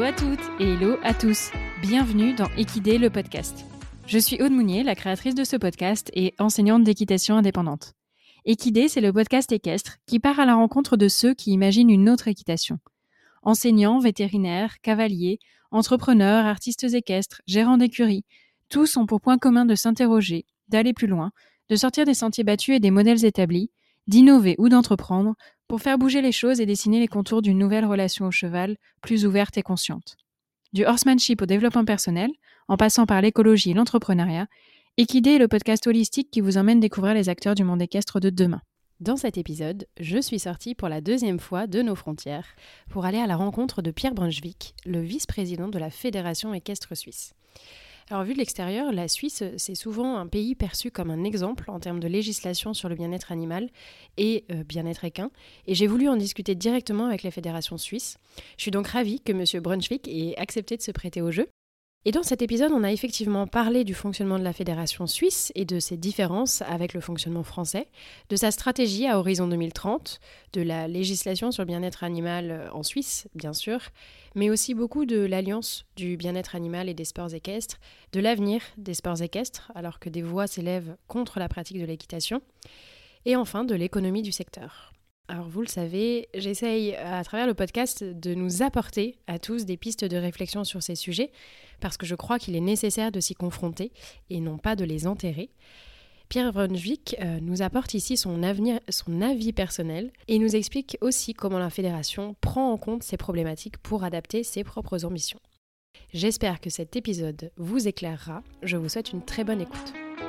à toutes et hello à tous. Bienvenue dans Équidé, le podcast. Je suis Aude Mounier, la créatrice de ce podcast et enseignante d'équitation indépendante. Équidé, c'est le podcast équestre qui part à la rencontre de ceux qui imaginent une autre équitation. Enseignants, vétérinaires, cavaliers, entrepreneurs, artistes équestres, gérants d'écuries, tous ont pour point commun de s'interroger, d'aller plus loin, de sortir des sentiers battus et des modèles établis, d'innover ou d'entreprendre pour faire bouger les choses et dessiner les contours d'une nouvelle relation au cheval, plus ouverte et consciente. Du horsemanship au développement personnel, en passant par l'écologie et l'entrepreneuriat, Équidé est le podcast holistique qui vous emmène découvrir les acteurs du monde équestre de demain. Dans cet épisode, je suis sortie pour la deuxième fois de nos frontières pour aller à la rencontre de Pierre Brunswick, le vice-président de la Fédération équestre suisse. Alors vu de l'extérieur, la Suisse, c'est souvent un pays perçu comme un exemple en termes de législation sur le bien-être animal et bien-être équin, et j'ai voulu en discuter directement avec la Fédération suisse. Je suis donc ravie que M. Brunswick ait accepté de se prêter au jeu. Et dans cet épisode, on a effectivement parlé du fonctionnement de la Fédération suisse et de ses différences avec le fonctionnement français, de sa stratégie à horizon 2030, de la législation sur le bien-être animal en Suisse, bien sûr, mais aussi beaucoup de l'alliance du bien-être animal et des sports équestres, de l'avenir des sports équestres, alors que des voix s'élèvent contre la pratique de l'équitation, et enfin de l'économie du secteur. Alors vous le savez, j'essaye à travers le podcast de nous apporter à tous des pistes de réflexion sur ces sujets parce que je crois qu'il est nécessaire de s'y confronter et non pas de les enterrer. Pierre Brunswick nous apporte ici son avis personnel et nous explique aussi comment la fédération prend en compte ces problématiques pour adapter ses propres ambitions. J'espère que cet épisode vous éclairera. Je vous souhaite une très bonne écoute.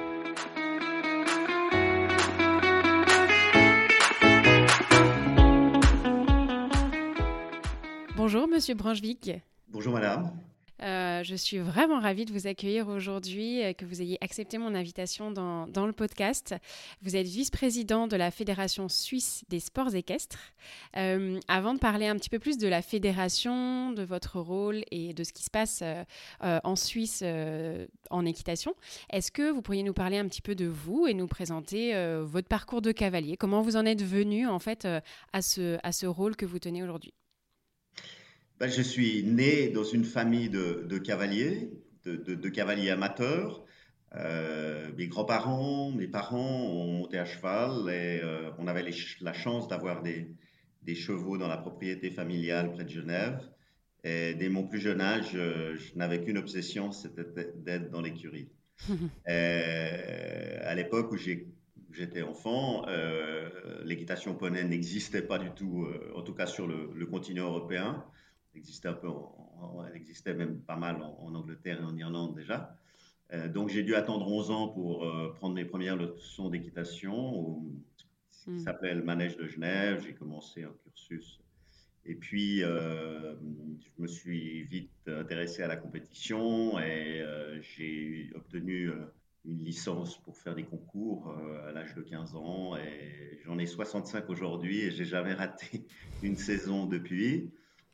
Bonjour Monsieur Brunswick. Bonjour Madame. Je suis vraiment ravie de vous accueillir aujourd'hui, que vous ayez accepté mon invitation dans le podcast. Vous êtes vice-président de la Fédération suisse des sports équestres. Avant de parler un petit peu plus de la fédération, de votre rôle et de ce qui se passe en Suisse en équitation, est-ce que vous pourriez nous parler un petit peu de vous et nous présenter votre parcours de cavalier? Comment vous en êtes venu en fait à ce rôle que vous tenez aujourd'hui? Je suis né dans une famille de cavaliers, de cavaliers amateurs. Mes grands-parents, mes parents ont monté à cheval et on avait la chance d'avoir des chevaux dans la propriété familiale près de Genève. Et dès mon plus jeune âge, je n'avais qu'une obsession, c'était d'être dans l'écurie. À l'époque où j'étais enfant, l'équitation poney n'existait pas du tout, en tout cas sur le continent européen. Elle existait même pas mal en Angleterre et en Irlande déjà. Donc j'ai dû attendre 11 ans pour prendre mes premières leçons d'équitation, ce qui s'appelait le manège de Genève. J'ai commencé un cursus. Et puis, je me suis vite intéressé à la compétition et j'ai obtenu une licence pour faire des concours à l'âge de 15 ans. Et j'en ai 65 aujourd'hui et je n'ai jamais raté une saison depuis.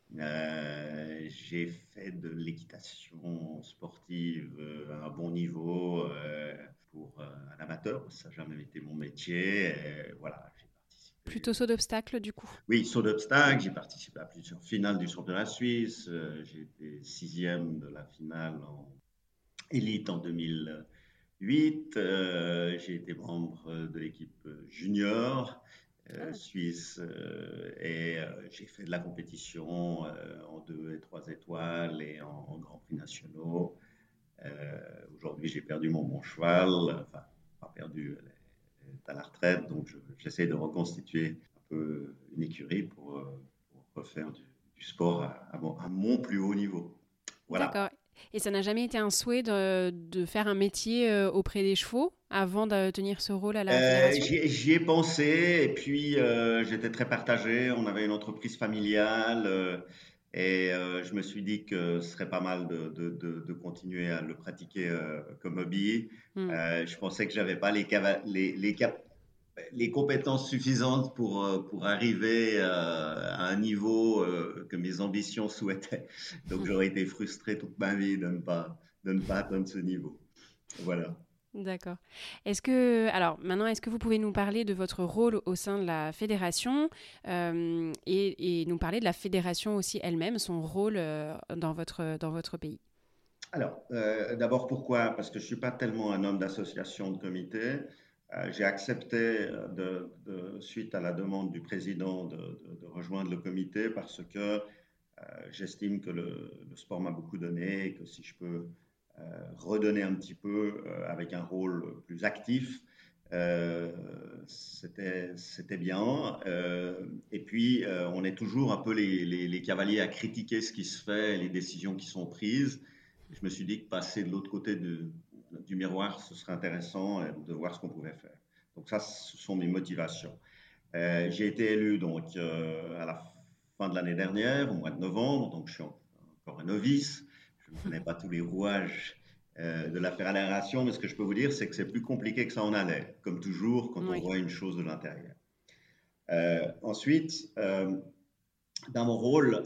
J'ai fait de l'équitation sportive à un bon niveau pour un amateur. Ça n'a jamais été mon métier. Et voilà, j'ai participé. Plutôt saut d'obstacle du coup? Oui, saut d'obstacle. J'ai participé à plusieurs finales du championnat suisse. J'ai été 6e de la finale en élite en 2008. J'ai été membre de l'équipe junior suisse et j'ai fait de la compétition en 2 et 3 étoiles et en Grands Prix nationaux. Aujourd'hui, j'ai perdu mon bon cheval, enfin, pas perdu, elle est à la retraite, donc j'essaie de reconstituer un peu une écurie pour refaire du sport à mon plus haut niveau. Voilà. D'accord. Et ça n'a jamais été un souhait de faire un métier auprès des chevaux avant de tenir ce rôle à la fédération? J'y ai pensé et puis j'étais très partagé. On avait une entreprise familiale et je me suis dit que ce serait pas mal de continuer à le pratiquer comme hobby. Je pensais que j'avais pas les compétences suffisantes pour arriver à un niveau que mes ambitions souhaitaient. Donc j'aurais été frustré toute ma vie de ne pas atteindre ce niveau. Voilà. D'accord. Alors maintenant, est-ce que vous pouvez nous parler de votre rôle au sein de la fédération et nous parler de la fédération aussi elle-même, son rôle dans votre pays? Alors, d'abord, pourquoi? Parce que je ne suis pas tellement un homme d'association, de comité. J'ai accepté, suite à la demande du président, de rejoindre le comité parce que j'estime que le sport m'a beaucoup donné et que si je peux redonner un petit peu avec un rôle plus actif, c'était bien. Et puis, on est toujours un peu les cavaliers à critiquer ce qui se fait et les décisions qui sont prises. Je me suis dit que passer de l'autre côté du miroir, ce serait intéressant de voir ce qu'on pouvait faire. Donc ça, ce sont mes motivations. J'ai été élu donc à la fin de l'année dernière, au mois de novembre, donc je suis encore un novice. Je ne connais pas tous les rouages de la fédération, mais ce que je peux vous dire, c'est que c'est plus compliqué que ça en allait, comme toujours quand on Oui. voit une chose de l'intérieur. Ensuite, dans mon rôle,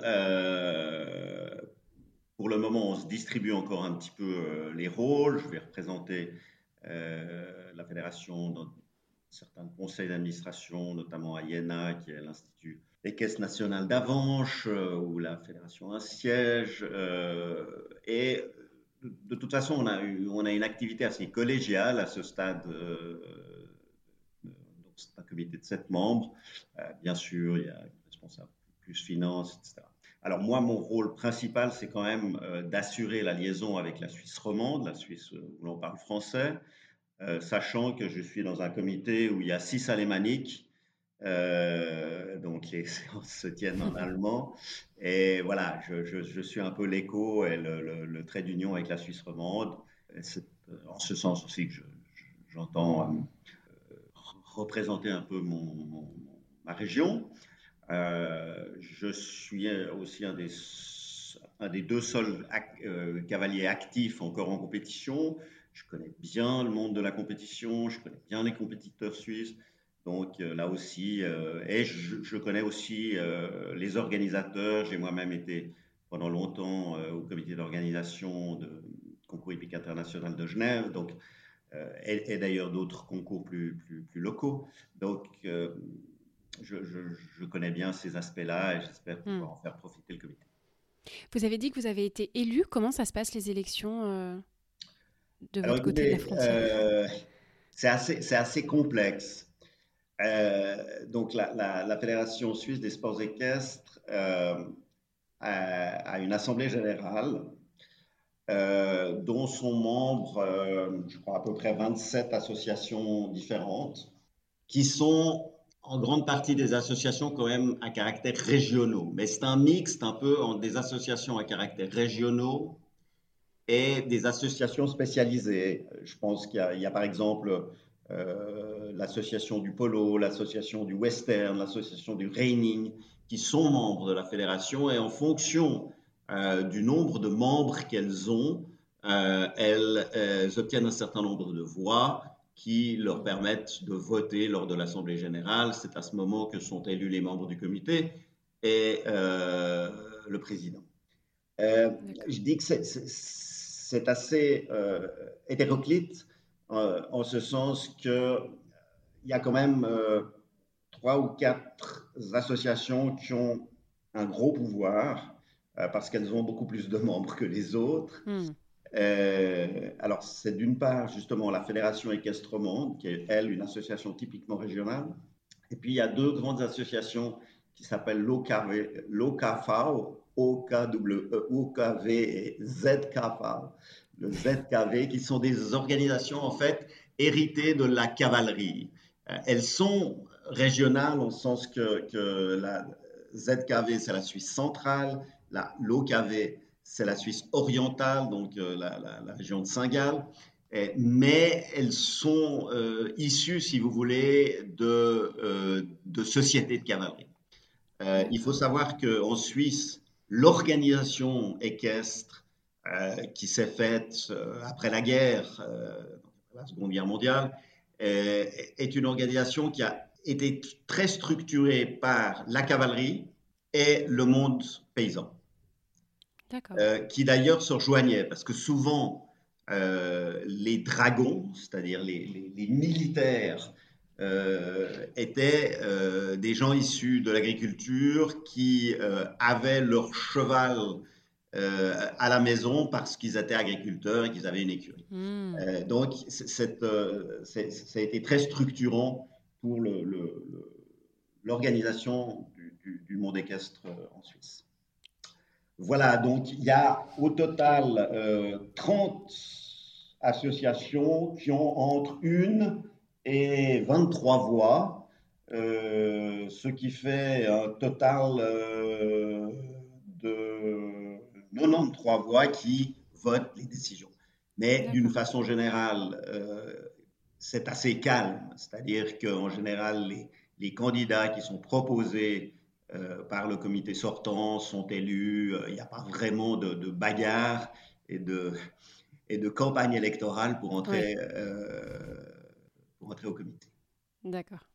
pour le moment, on se distribue encore un petit peu les rôles. Je vais représenter la fédération dans certains conseils d'administration, notamment à IENA, qui est l'Institut des caisses nationales d'Avanches, où la fédération a un siège. Et de toute façon, on a une activité assez collégiale à ce stade. Donc c'est un comité de 7 membres. Bien sûr, il y a un responsable plus finance, etc. Alors moi, mon rôle principal, c'est quand même d'assurer la liaison avec la Suisse romande, la Suisse où l'on parle français, sachant que je suis dans un comité où il y a 6 alémaniques, donc les séances se tiennent en allemand. Et voilà, je suis un peu l'écho et le trait d'union avec la Suisse romande. C'est en ce sens aussi que j'entends représenter un peu ma région. Je suis aussi un des deux seuls cavaliers actifs encore en compétition. Je connais bien le monde de la compétition, je connais bien les compétiteurs suisses. Donc là aussi, et je connais aussi les organisateurs. J'ai moi-même été pendant longtemps au comité d'organisation de concours hippique international de Genève, donc, et d'ailleurs d'autres concours plus locaux. Donc, je connais bien ces aspects-là et j'espère Hmm. pouvoir en faire profiter le comité. Vous avez dit que vous avez été élu. Comment ça se passe les élections de Alors votre côté de la écoutez, frontière? c'est assez complexe. Donc la Fédération suisse des sports équestres a une assemblée générale dont sont membres, je crois, à peu près 27 associations différentes qui sont en grande partie des associations quand même à caractère régionaux. Mais c'est un mixte un peu entre des associations à caractère régionaux et des associations spécialisées. Je pense qu'il y a par exemple l'association du polo, l'association du western, l'association du reining, qui sont membres de la fédération et en fonction du nombre de membres qu'elles ont, elles obtiennent un certain nombre de voix qui leur permettent de voter lors de l'Assemblée générale. C'est à ce moment que sont élus les membres du comité et le président. Je dis que c'est assez hétéroclite en ce sens qu'il y a quand même 3 ou 4 associations qui ont un gros pouvoir parce qu'elles ont beaucoup plus de membres que les autres. Hmm. Alors, c'est d'une part justement la Fédération équestre romande, qui est, elle, une association typiquement régionale. Et puis, il y a 2 grandes associations qui s'appellent l'OKV, OKV et ZKV. Le ZKV, qui sont des organisations, en fait, héritées de la cavalerie. Elles sont régionales, au sens que la ZKV, c'est la Suisse centrale, l'OKV, c'est la Suisse orientale, donc la région de Saint-Gall. Mais elles sont issues, si vous voulez, de sociétés de cavalerie. Il faut D'accord. savoir qu'en Suisse, l'organisation équestre qui s'est faite après la guerre, la Seconde Guerre mondiale, est une organisation qui a été très structurée par la cavalerie et le monde paysan, D'accord. qui d'ailleurs se rejoignaient, parce que souvent, les dragons, c'est-à-dire les militaires, étaient des gens issus de l'agriculture qui avaient leur cheval à la maison parce qu'ils étaient agriculteurs et qu'ils avaient une écurie. Hmm. Donc, ça a été très structurant pour l'organisation du monde équestre en Suisse. Voilà, donc il y a au Ok. total 30 associations qui ont entre 1 et 23 voix, ce qui fait un total de 93 voix qui votent les décisions. Mais d'une D'accord. façon générale, c'est assez calme, c'est-à-dire qu'en général, les candidats qui sont proposés par le comité sortant sont élus. Il n'y a pas vraiment de bagarre et et de campagne électorale Oui, pour entrer au comité. d'accord.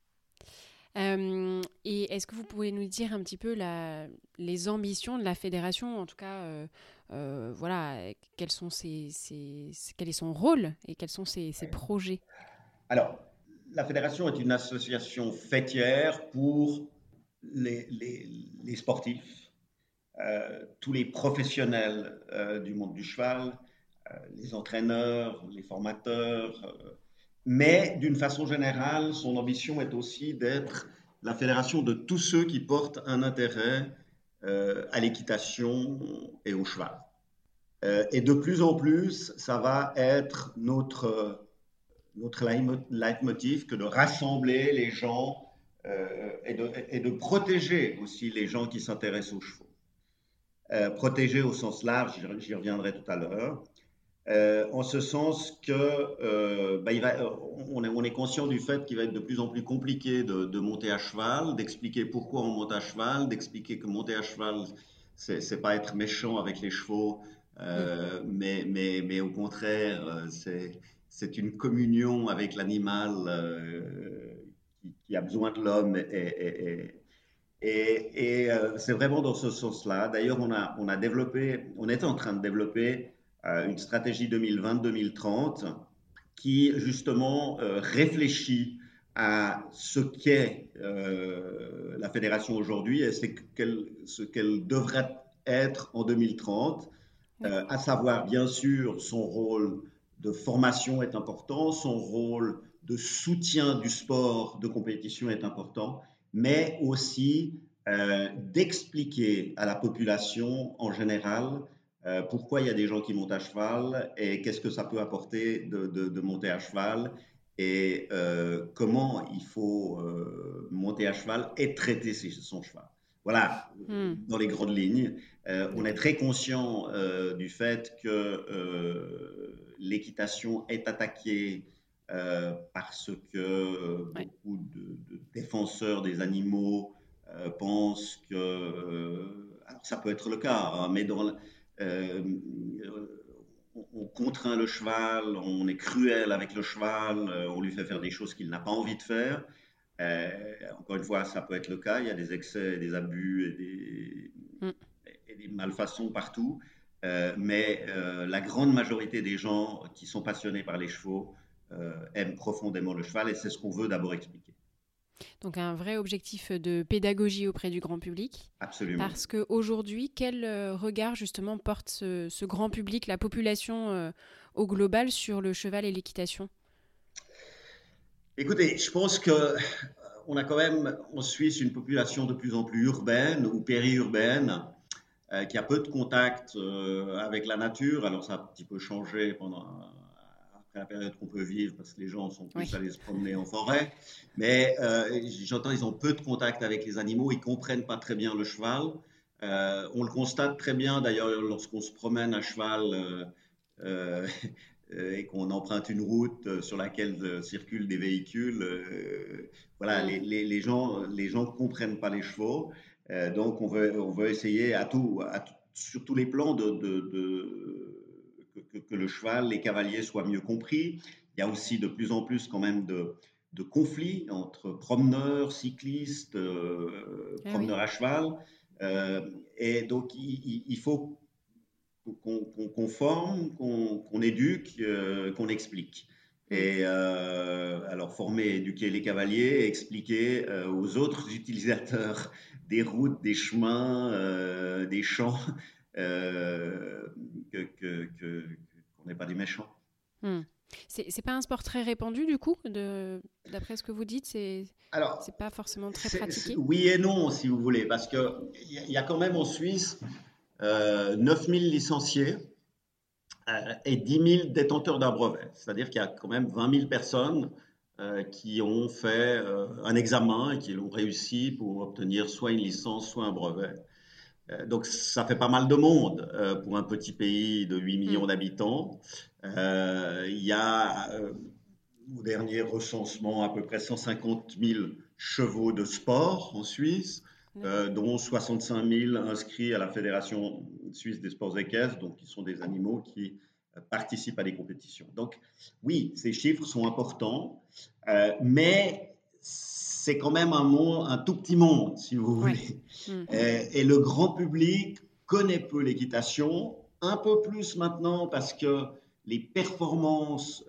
Et est-ce que vous pouvez nous dire un petit peu les ambitions de la fédération, en tout cas, voilà, quel est son rôle et quels sont ses projets? Alors, la fédération est une association fêtière pour les sportifs, tous les professionnels du monde du cheval, les entraîneurs, les formateurs, mais d'une façon générale, son ambition est aussi d'être la fédération de tous ceux qui portent un intérêt à l'équitation et au cheval. Et de plus en plus, ça va être notre leitmotiv que de rassembler les gens et de protéger aussi les gens qui s'intéressent aux chevaux. Protéger au sens large, j'y reviendrai tout à l'heure. En ce sens que on est conscient du fait qu'il va être de plus en plus compliqué de monter à cheval, d'expliquer pourquoi on monte à cheval, d'expliquer que monter à cheval, c'est pas être méchant avec les chevaux, Hmm. mais au contraire, c'est une communion avec l'animal qui a besoin de l'homme c'est vraiment dans ce sens-là. D'ailleurs, on a développé, on est en train de développer une stratégie 2020-2030 qui justement réfléchit à ce qu'est la fédération aujourd'hui et ce qu'elle devrait être en 2030, D'accord. à savoir bien sûr son rôle de formation est important, son rôle de soutien du sport de compétition est important, mais aussi d'expliquer à la population en général pourquoi il y a des gens qui montent à cheval et qu'est-ce que ça peut apporter de monter à cheval et comment il faut monter à cheval et traiter son cheval. Voilà, Hmm. dans les grandes lignes. On est D'accord. très conscient du fait que l'équitation est attaquée parce que Ouais. beaucoup de défenseurs des animaux pensent que, alors ça peut être le cas, hein, mais euh, on contraint le cheval, on est cruel avec le cheval, on lui fait faire Hmm. des choses qu'il n'a pas envie de faire. Encore une fois, ça peut être le cas, il y a des excès, des abus Hmm. et des malfaçons partout. Mais la grande majorité des gens qui sont passionnés par les chevaux aiment profondément le cheval et c'est ce qu'on veut d'abord expliquer. Donc un vrai objectif de pédagogie auprès du grand public. Absolument. Parce qu'aujourd'hui, quel regard justement porte ce grand public, la population au global sur le cheval et l'équitation? Écoutez, je pense que on a quand même en Suisse une population de plus en plus urbaine ou périurbaine qui a peu de contact avec la nature. Alors ça a un petit peu changé après la période qu'on peut vivre parce que les gens sont plus Oui. allés se promener en forêt. Mais j'entends, ils ont peu de contact avec les animaux, ils comprennent pas très bien le cheval. On le constate très bien d'ailleurs lorsqu'on se promène à cheval euh, et qu'on emprunte une route sur laquelle circulent des véhicules. Voilà, Hmm. les gens ne comprennent pas les chevaux. Donc, on veut essayer sur tous les plans que le cheval, les cavaliers soient mieux compris. Il y a aussi de plus en plus quand même de conflits entre promeneurs, cyclistes, Ah oui. promeneurs à cheval. Et donc, il faut qu'on forme, qu'on éduque, qu'on explique. Et alors former, éduquer les cavaliers, expliquer aux autres utilisateurs des routes, des chemins, des champs, qu'on n'est pas des méchants. Hmm. C'est pas un sport très répandu du coup, d'après ce que vous dites, Alors, c'est pas forcément très pratiqué. oui et non, si vous voulez, parce qu'il y a quand même en Suisse 9000 licenciés et 10 000 détenteurs d'un brevet. C'est-à-dire qu'il y a quand même 20 000 personnes qui ont fait un examen et qui l'ont réussi pour obtenir soit une licence, soit un brevet. Donc ça fait pas mal de monde pour un petit pays de 8 Hmm. millions d'habitants. Il y a au dernier recensement à peu près 150 000 chevaux de sport en Suisse, D'accord. dont 65 000 inscrits à la Fédération suisse des sports équestres, donc qui sont des animaux qui participent à des compétitions. Donc oui, ces chiffres sont importants, mais c'est quand même un tout petit monde, si vous Ouais. voulez. Hmm. Et le grand public connaît peu l'équitation, un peu plus maintenant parce que les performances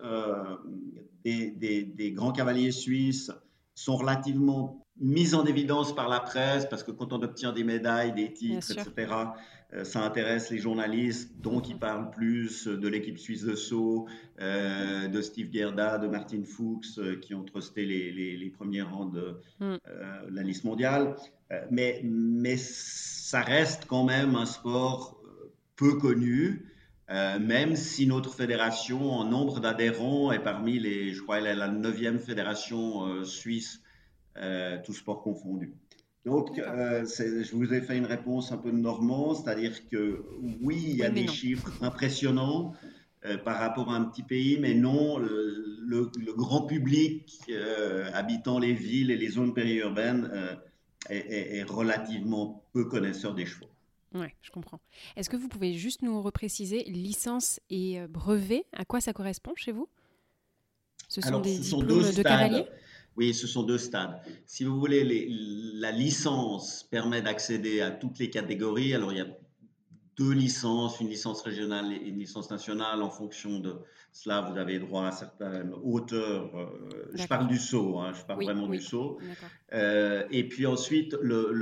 des grands cavaliers suisses sont relativement mises en évidence par la presse, parce que quand on obtient des médailles, des Bien titres, sûr. etc., ça intéresse les journalistes, donc ils parlent plus de l'équipe suisse de saut, de Steve Gerda, de Martin Fuchs, qui ont trusté les premiers rangs de Hmm. la liste mondiale. Mais ça reste quand même un sport peu connu. Même si notre fédération, en nombre d'adhérents, est parmi je crois, elle est la 9e fédération suisse, tout sport confondu. Donc, D'accord. je vous ai fait une réponse un peu de normand, c'est-à-dire que oui, il y a Oui, mais des non. chiffres impressionnants par rapport à un petit pays, mais non, le grand public habitant les villes et les zones périurbaines est relativement peu connaisseur des chevaux. Ouais, je comprends. Est-ce que vous pouvez juste nous repréciser licence et brevet, à quoi ça correspond chez vous? Ce sont Alors, des ce sont deux diplômes de cavalier? stades. Oui, ce sont deux stades. Si vous voulez, la licence permet d'accéder à toutes les catégories. Alors, il y a deux licences, une licence régionale et une licence nationale. En fonction de cela, vous avez droit à certaines hauteurs. Je parle D'accord. du saut, hein, je parle Oui, vraiment du oui. saut. D'accord. Et puis ensuite,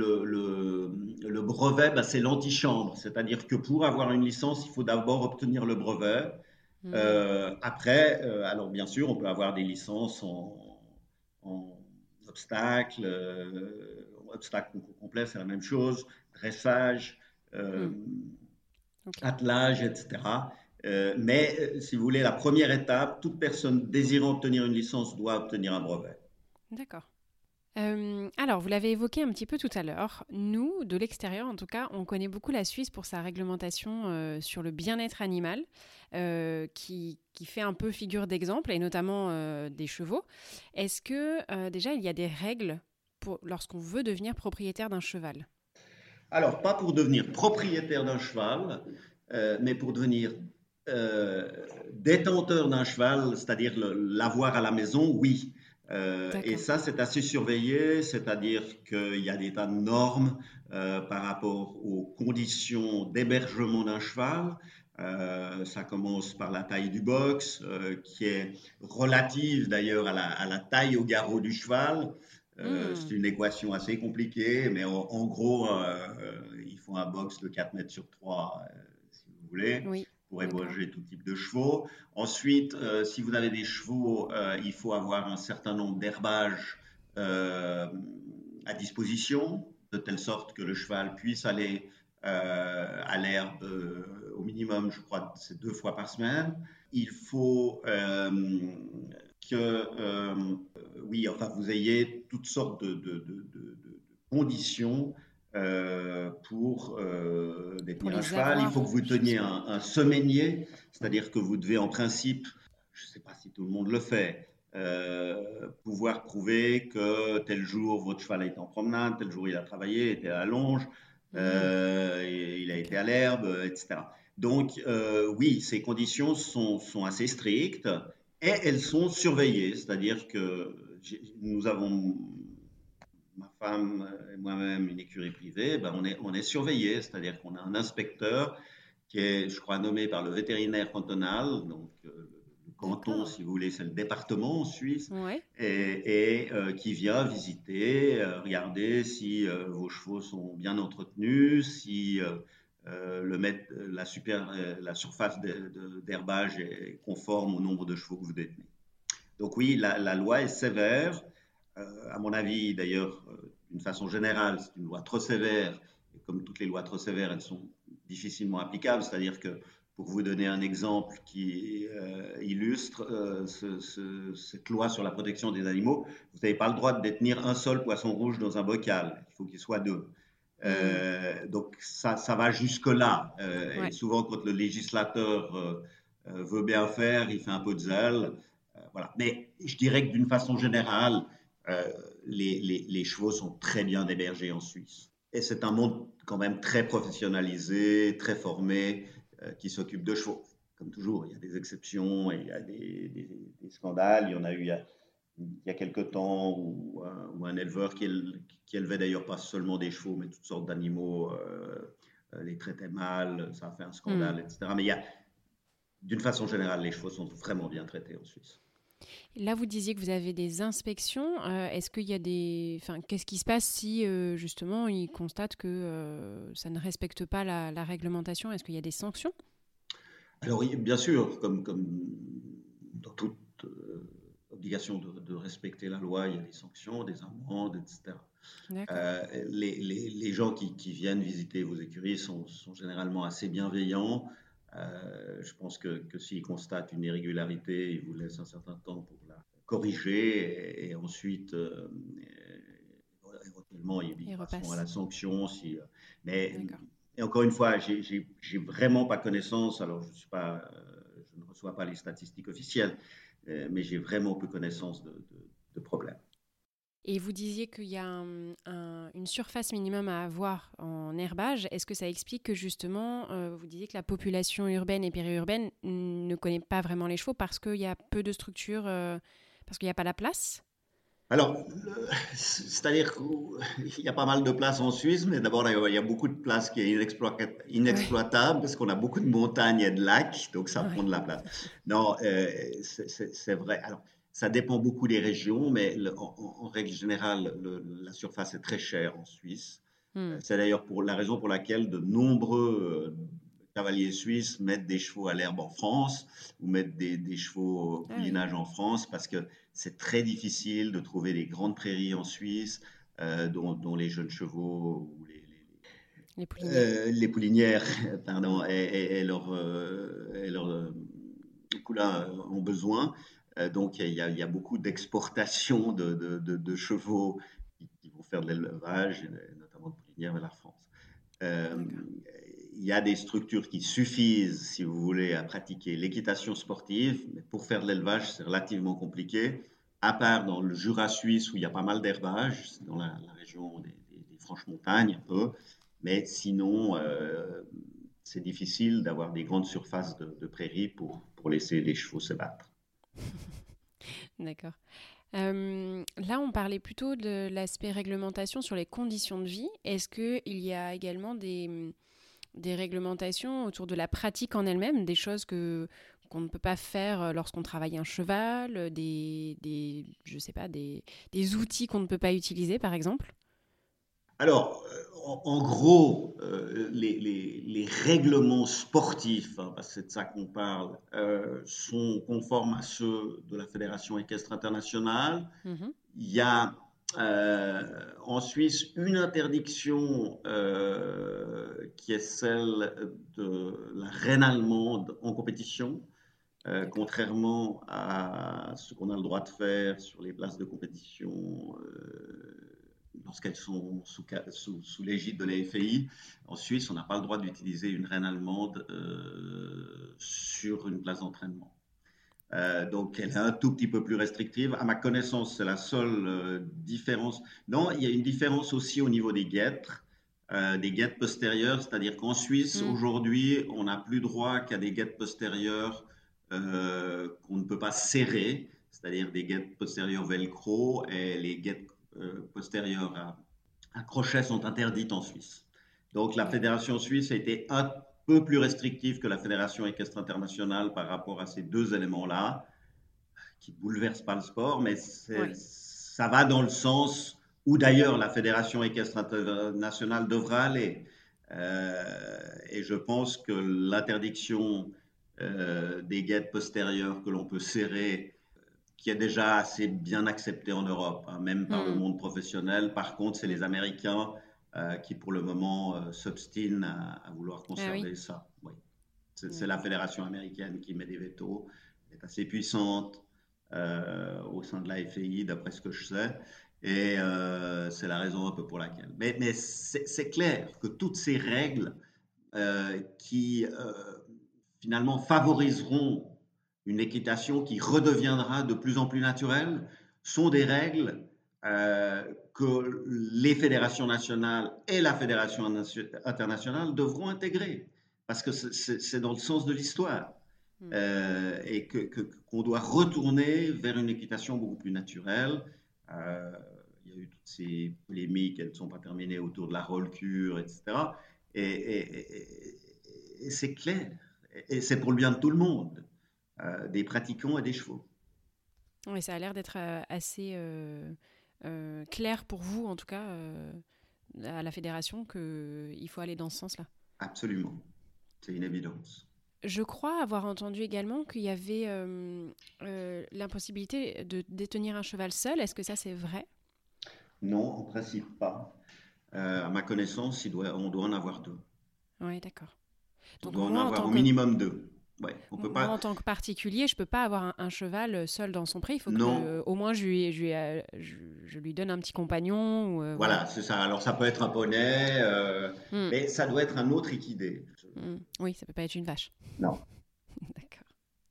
le brevet, bah, c'est l'antichambre. C'est-à-dire que pour avoir une licence, il faut d'abord obtenir le brevet. Hmm. Après, alors bien sûr, on peut avoir des licences en obstacle, obstacle complet, c'est la même chose, dressage, euh, Hmm. Ok. attelage, etc. Mais si vous voulez, la première étape, toute personne désirant obtenir une licence doit obtenir un brevet. D'accord. Alors, vous l'avez évoqué un petit peu tout à l'heure. Nous, de l'extérieur en tout cas, on connaît beaucoup la Suisse pour sa réglementation sur le bien-être animal, qui fait un peu figure d'exemple, et notamment des chevaux. Est-ce que déjà il y a des règles lorsqu'on veut devenir propriétaire d'un cheval? Alors, pas pour devenir propriétaire d'un cheval, mais pour devenir euh, détenteur d'un cheval, c'est-à-dire l'avoir à la maison, oui. Et D'accord. ça, c'est assez surveillé, c'est-à-dire qu'il y a des tas de normes par rapport aux conditions d'hébergement d'un cheval. Ça commence par la taille du box, qui est relative d'ailleurs à la taille au garrot du cheval. C'est Hmm. une équation assez compliquée, mais en gros, il faut un box de 4 mètres sur 3, si vous voulez, Oui, pour d'accord. héberger tout type de chevaux. Ensuite, si vous avez des chevaux, il faut avoir un certain nombre d'herbages euh, à disposition, de telle sorte que le cheval puisse aller à l'herbe au minimum, je crois, c'est 2 fois par semaine. Il faut que oui, enfin, vous ayez toutes sortes de conditions pour Pour détenir un les cheval. Il faut avoir que vous chez teniez soi. un semainier, c'est-à-dire que vous devez en principe, je ne sais pas si tout le monde le fait, pouvoir prouver que tel jour votre cheval a été en promenade, tel jour il a travaillé, était à la longe, Hmm. il a été Ok. à l'herbe, etc. Donc oui, ces conditions sont assez strictes. Et elles sont surveillées, c'est-à-dire que nous avons, ma femme et moi-même, une écurie privée, ben on est surveillé, c'est-à-dire qu'on a un inspecteur qui est, je crois, nommé par le vétérinaire cantonal, donc le canton, D'accord. si vous voulez, c'est le département en Suisse, Ouais. et qui vient visiter, regarder si vos chevaux sont bien entretenus, si la surface d'herbage est conforme au nombre de chevaux que vous détenez. Donc oui, la loi est sévère. À mon avis, d'ailleurs, d'une façon générale, c'est une loi trop sévère. Et comme toutes les lois trop sévères, elles sont difficilement applicables. C'est-à-dire que, pour vous donner un exemple qui illustre cette loi sur la protection des animaux, vous n'avez pas le droit de détenir un seul poisson rouge dans un bocal. Il faut qu'il soit deux. Hmm. Donc ça va jusque-là. Et Ouais. souvent, quand le législateur veut bien faire, il fait un peu de zèle. Voilà. Mais je dirais que d'une façon générale, euh, les chevaux sont très bien hébergés en Suisse. Et c'est un monde quand même très professionnalisé, très formé, qui s'occupe de chevaux. Comme toujours, il y a des exceptions, et il y a des scandales. Il y en a eu il y a quelques temps où un éleveur qui élevait d'ailleurs pas seulement des chevaux, mais toutes sortes d'animaux, les traitait mal, ça a fait un Hmm. scandale, etc. Mais d'une façon générale, les chevaux sont vraiment bien traités en Suisse. Là, vous disiez que vous avez des inspections. Est-ce qu'il y a des... Enfin, qu'est-ce qui se passe si, justement, ils constatent que ça ne respecte pas la réglementation? Est-ce qu'il y a des sanctions? Alors, bien sûr, comme dans toute obligation de respecter la loi, il y a des sanctions, des amendes, etc. D'accord. Les gens qui viennent visiter vos écuries sont généralement assez bienveillants. Je pense que s'ils constatent une irrégularité, ils vous laissent un certain temps pour la corriger et ensuite, éventuellement, ils Ils passeront à repassent. la sanction. Mais D'accord. et encore une fois, j'ai vraiment pas connaissance. Alors, je ne reçois pas les statistiques officielles, mais j'ai vraiment peu connaissance de problèmes. Et vous disiez qu'il y a une surface minimum à avoir en herbage. Est-ce que ça explique que justement, vous disiez que la population urbaine et périurbaine ne connaît pas vraiment les chevaux parce qu'il y a peu de structures, parce qu'il n'y a pas la place? Alors, c'est-à-dire qu'il y a pas mal de places en Suisse, mais d'abord, il y a beaucoup de places qui est Ouais, inexploitable parce qu'on a beaucoup de montagnes et de lacs, donc ça prend ouais. de la place. Non, c'est vrai. Alors, ça dépend beaucoup des régions, mais en règle générale, la surface est très chère en Suisse. Hmm. C'est d'ailleurs pour la raison pour laquelle de nombreux cavaliers suisses mettent des chevaux à l'herbe en France ou mettent des chevaux au Ah oui, poulinage en France parce que c'est très difficile de trouver des grandes prairies en Suisse dont les jeunes chevaux ou les poulinières. les poulinières pardon, et leurs poulains ont besoin. Donc il y a beaucoup d'exportations de chevaux qui vont faire de l'élevage, notamment de poulinières vers la France. Euh, D'accord. il y a des structures qui suffisent, si vous voulez, à pratiquer l'équitation sportive, mais pour faire de l'élevage, c'est relativement compliqué, à part dans le Jura suisse où il y a pas mal d'herbage, c'est dans la région des Franches Montagnes un peu, mais sinon, c'est difficile d'avoir des grandes surfaces de prairies pour laisser les chevaux se battre. D'accord. Là, on parlait plutôt de l'aspect réglementation sur les conditions de vie. Est-ce qu'il y a également des réglementations autour de la pratique en elle-même, des choses qu'on ne peut pas faire lorsqu'on travaille un cheval, je sais pas, des outils qu'on ne peut pas utiliser, par exemple? Alors, en gros, les règlements sportifs, hein, parce que c'est de ça qu'on parle, sont conformes à ceux de la Fédération équestre internationale. Mhm. Il y a en Suisse une interdiction qui est celle de la reine allemande en compétition. D'accord. Contrairement à ce qu'on a le droit de faire sur les places de compétition lorsqu'elles sont sous l'égide de la FAI, en Suisse, on n'a pas le droit d'utiliser une reine allemande sur une place d'entraînement. Donc, elle est un tout petit peu plus restrictive. À ma connaissance, c'est la seule différence. Non, il y a une différence aussi au niveau des guêtres postérieures, c'est-à-dire qu'en Suisse, Mm. aujourd'hui, on n'a plus droit qu'à des guêtres postérieures qu'on ne peut pas serrer, c'est-à-dire des guêtres postérieures velcro, et les guêtres postérieures à crochet sont interdites en Suisse. Donc, la D'accord. fédération suisse a été peu plus restrictive que la Fédération équestre internationale par rapport à ces deux éléments-là, qui ne bouleversent pas le sport, mais ça va dans le sens où d'ailleurs la Fédération équestre internationale devra aller. Et je pense que l'interdiction des guettes postérieures que l'on peut serrer, qui est déjà assez bien acceptée en Europe, hein, même par le monde professionnel. Par contre, c'est les Américains qui, pour le moment, s'obstinent à vouloir conserver ça. Oui. C'est la Fédération américaine qui met des vétos. Elle est assez puissante au sein de la FEI, d'après ce que je sais. Et c'est la raison un peu pour laquelle. Mais c'est clair que toutes ces règles qui finalement favoriseront une équitation qui redeviendra de plus en plus naturelle sont des règles que les fédérations nationales et la fédération internationale devront intégrer parce que c'est dans le sens de l'histoire et qu'on doit retourner vers une équitation beaucoup plus naturelle. Il y a eu toutes ces polémiques, elles ne sont pas terminées autour de la roll-cure, etc. Et c'est clair, et c'est pour le bien de tout le monde, des pratiquants et des chevaux. Oui, ça a l'air d'être assez clair pour vous, en tout cas, à la fédération, qu'il faut aller dans ce sens-là. Absolument, c'est une évidence. Je crois avoir entendu également qu'il y avait l'impossibilité de détenir un cheval seul. Est-ce que ça, c'est vrai ? Non, en principe pas. À ma connaissance, on doit en avoir deux. Oui, d'accord. Donc, on doit en avoir au minimum deux. Ouais, en tant que particulier, je ne peux pas avoir un cheval seul dans son pré. Il faut qu'au moins je lui donne un petit compagnon. Voilà, c'est ça. Alors, ça peut être un poney, mais ça doit être un autre équidé. Oui, ça ne peut pas être une vache. Non. D'accord.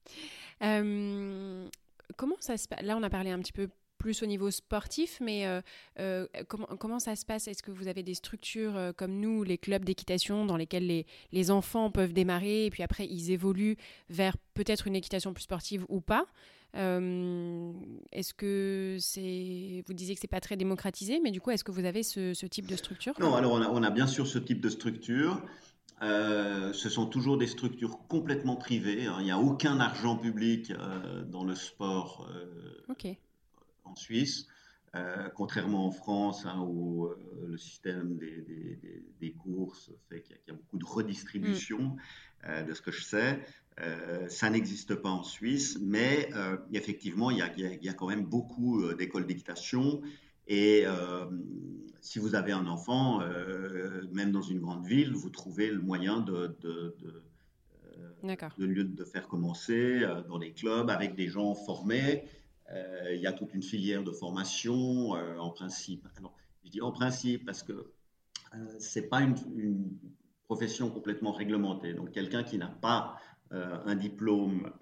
Comment ça se passe ? Là, on a parlé un petit peu plus au niveau sportif, mais comment ça se passe ? Est-ce que vous avez des structures comme nous, les clubs d'équitation, dans lesquels les enfants peuvent démarrer et puis après ils évoluent vers peut-être une équitation plus sportive ou pas ? Est-ce que vous disiez que c'est pas très démocratisé, mais du coup, est-ce que vous avez ce type de structure ? Non, alors on a bien sûr ce type de structure. Ce sont toujours des structures complètement privées. Hein. Il n'y a aucun argent public dans le sport. En Suisse, contrairement en France, hein, où le système des courses fait qu'il y a beaucoup de redistribution de ce que je sais. Ça n'existe pas en Suisse, mais effectivement, il y a quand même beaucoup d'écoles d'équitation. Et si vous avez un enfant, même dans une grande ville, vous trouvez le moyen de faire commencer dans les clubs avec des gens formés. Il y a toute une filière de formation en principe. Alors, je dis en principe parce que c'est pas une profession complètement réglementée. Donc, quelqu'un qui n'a pas un diplôme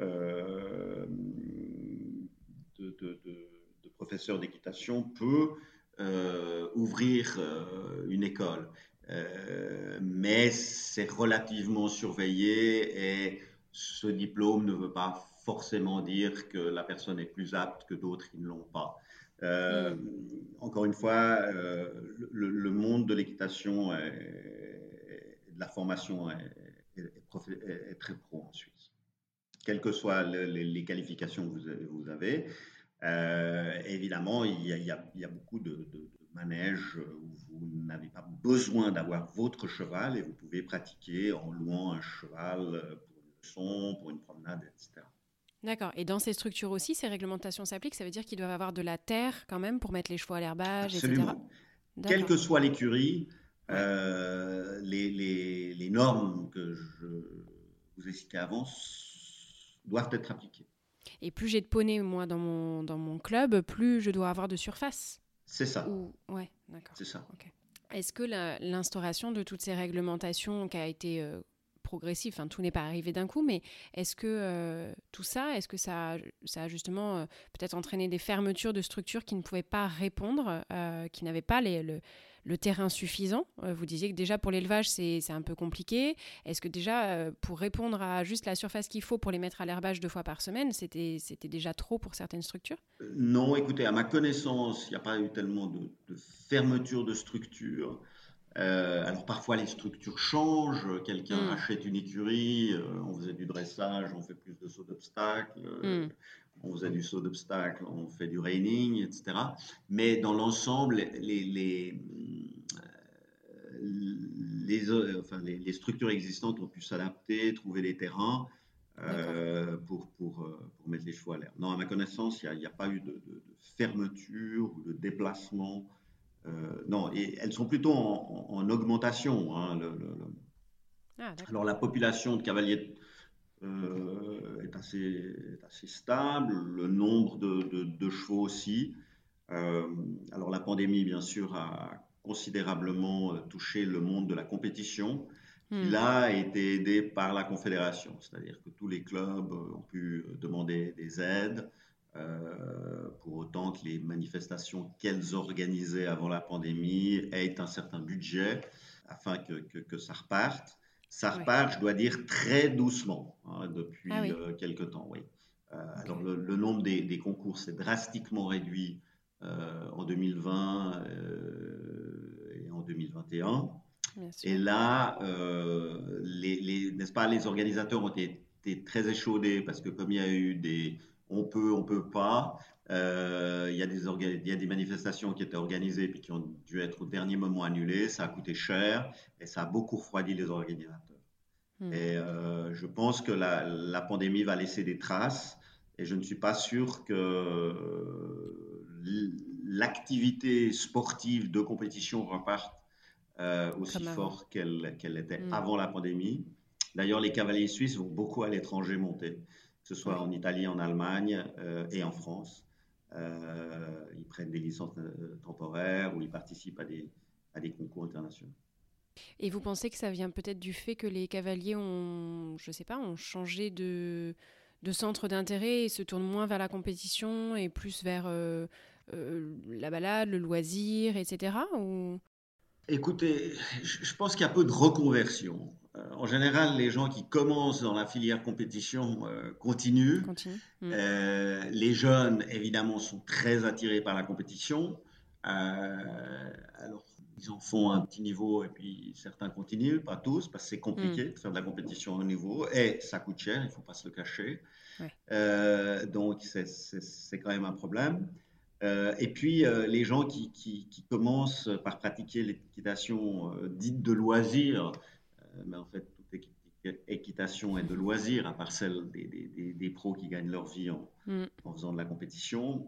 de professeur d'équitation peut ouvrir une école. Mais c'est relativement surveillé et ce diplôme ne veut pas forcément dire que la personne est plus apte que d'autres qui ne l'ont pas. Encore une fois, le monde de l'équitation et de la formation est très pro en Suisse. Quelles que soient les qualifications que vous avez. Évidemment, il y a beaucoup de manèges où vous n'avez pas besoin d'avoir votre cheval et vous pouvez pratiquer en louant un cheval pour une leçon, pour une promenade, etc. D'accord. Et dans ces structures aussi, ces réglementations s'appliquent. Ça veut dire qu'ils doivent avoir de la terre quand même pour mettre les chevaux à l'herbage, Absolument. etc. Quelle que soit l'écurie, les normes que je vous ai citées avant doivent être appliquées. Et plus j'ai de poneys, moi, dans mon club, plus je dois avoir de surface. C'est ça. Ouais, d'accord. C'est ça. Okay. Est-ce que l'instauration de toutes ces réglementations qui a été progressive, enfin tout n'est pas arrivé d'un coup, mais est-ce que tout ça, est-ce que ça a justement peut-être entraîné des fermetures de structures qui ne pouvaient pas répondre, qui n'avaient pas le terrain suffisant ? Vous disiez que déjà pour l'élevage, c'est un peu compliqué. Est-ce que déjà, pour répondre à juste la surface qu'il faut pour les mettre à l'herbage 2 fois par semaine, c'était déjà trop pour certaines structures ? Non, écoutez, à ma connaissance, il n'y a pas eu tellement de fermeture de structures. Alors parfois les structures changent, quelqu'un rachète une écurie, on faisait du dressage, on fait plus de saut d'obstacle, on faisait du saut d'obstacle, on fait du reining, etc. Mais dans l'ensemble, les structures existantes ont pu s'adapter, trouver des terrains pour mettre les chevaux à l'air. Non, à ma connaissance, il n'y a pas eu de fermeture ou de déplacement. Non, et elles sont plutôt en augmentation. Hein, alors la population de cavaliers est assez stable, le nombre de chevaux aussi. Alors la pandémie, bien sûr, a considérablement touché le monde de la compétition, qui là a été aidé par la Confédération, c'est-à-dire que tous les clubs ont pu demander des aides, pour autant que les manifestations qu'elles organisaient avant la pandémie aient un certain budget afin que ça reparte. Ça repart, je dois dire, très doucement depuis quelque temps. Oui. Alors le nombre des concours s'est drastiquement réduit en 2020 et en 2021. Et là, n'est-ce pas, les organisateurs ont été très échaudés parce que comme il y a eu des on peut pas, il y a des manifestations qui étaient organisées puis qui ont dû être au dernier moment annulées. Ça a coûté cher et ça a beaucoup refroidi les organisateurs. Et je pense que la pandémie va laisser des traces et je ne suis pas sûr que l'activité sportive de compétition reparte aussi fort qu'elle était avant la pandémie. D'ailleurs, les cavaliers suisses vont beaucoup à l'étranger monter, que ce soit en Italie, en Allemagne et en France. Ils prennent des licences temporaires ou ils participent à des concours internationaux. Et vous pensez que ça vient peut-être du fait que les cavaliers ont changé de centre d'intérêt et se tournent moins vers la compétition et plus vers la balade, le loisir, etc. ou... Écoutez, je pense qu'il y a peu de reconversion. En général, les gens qui commencent dans la filière compétition continuent. Les jeunes, évidemment, sont très attirés par la compétition. Alors, ils en font un petit niveau et puis certains continuent, pas tous, parce que c'est compliqué de faire de la compétition au haut niveau et ça coûte cher, il ne faut pas se le cacher. Donc, c'est quand même un problème. Et puis, les gens qui commencent par pratiquer l'équitation dite de loisir, mais en fait, toute équitation est de loisir, à part celle des pros qui gagnent leur vie en faisant de la compétition,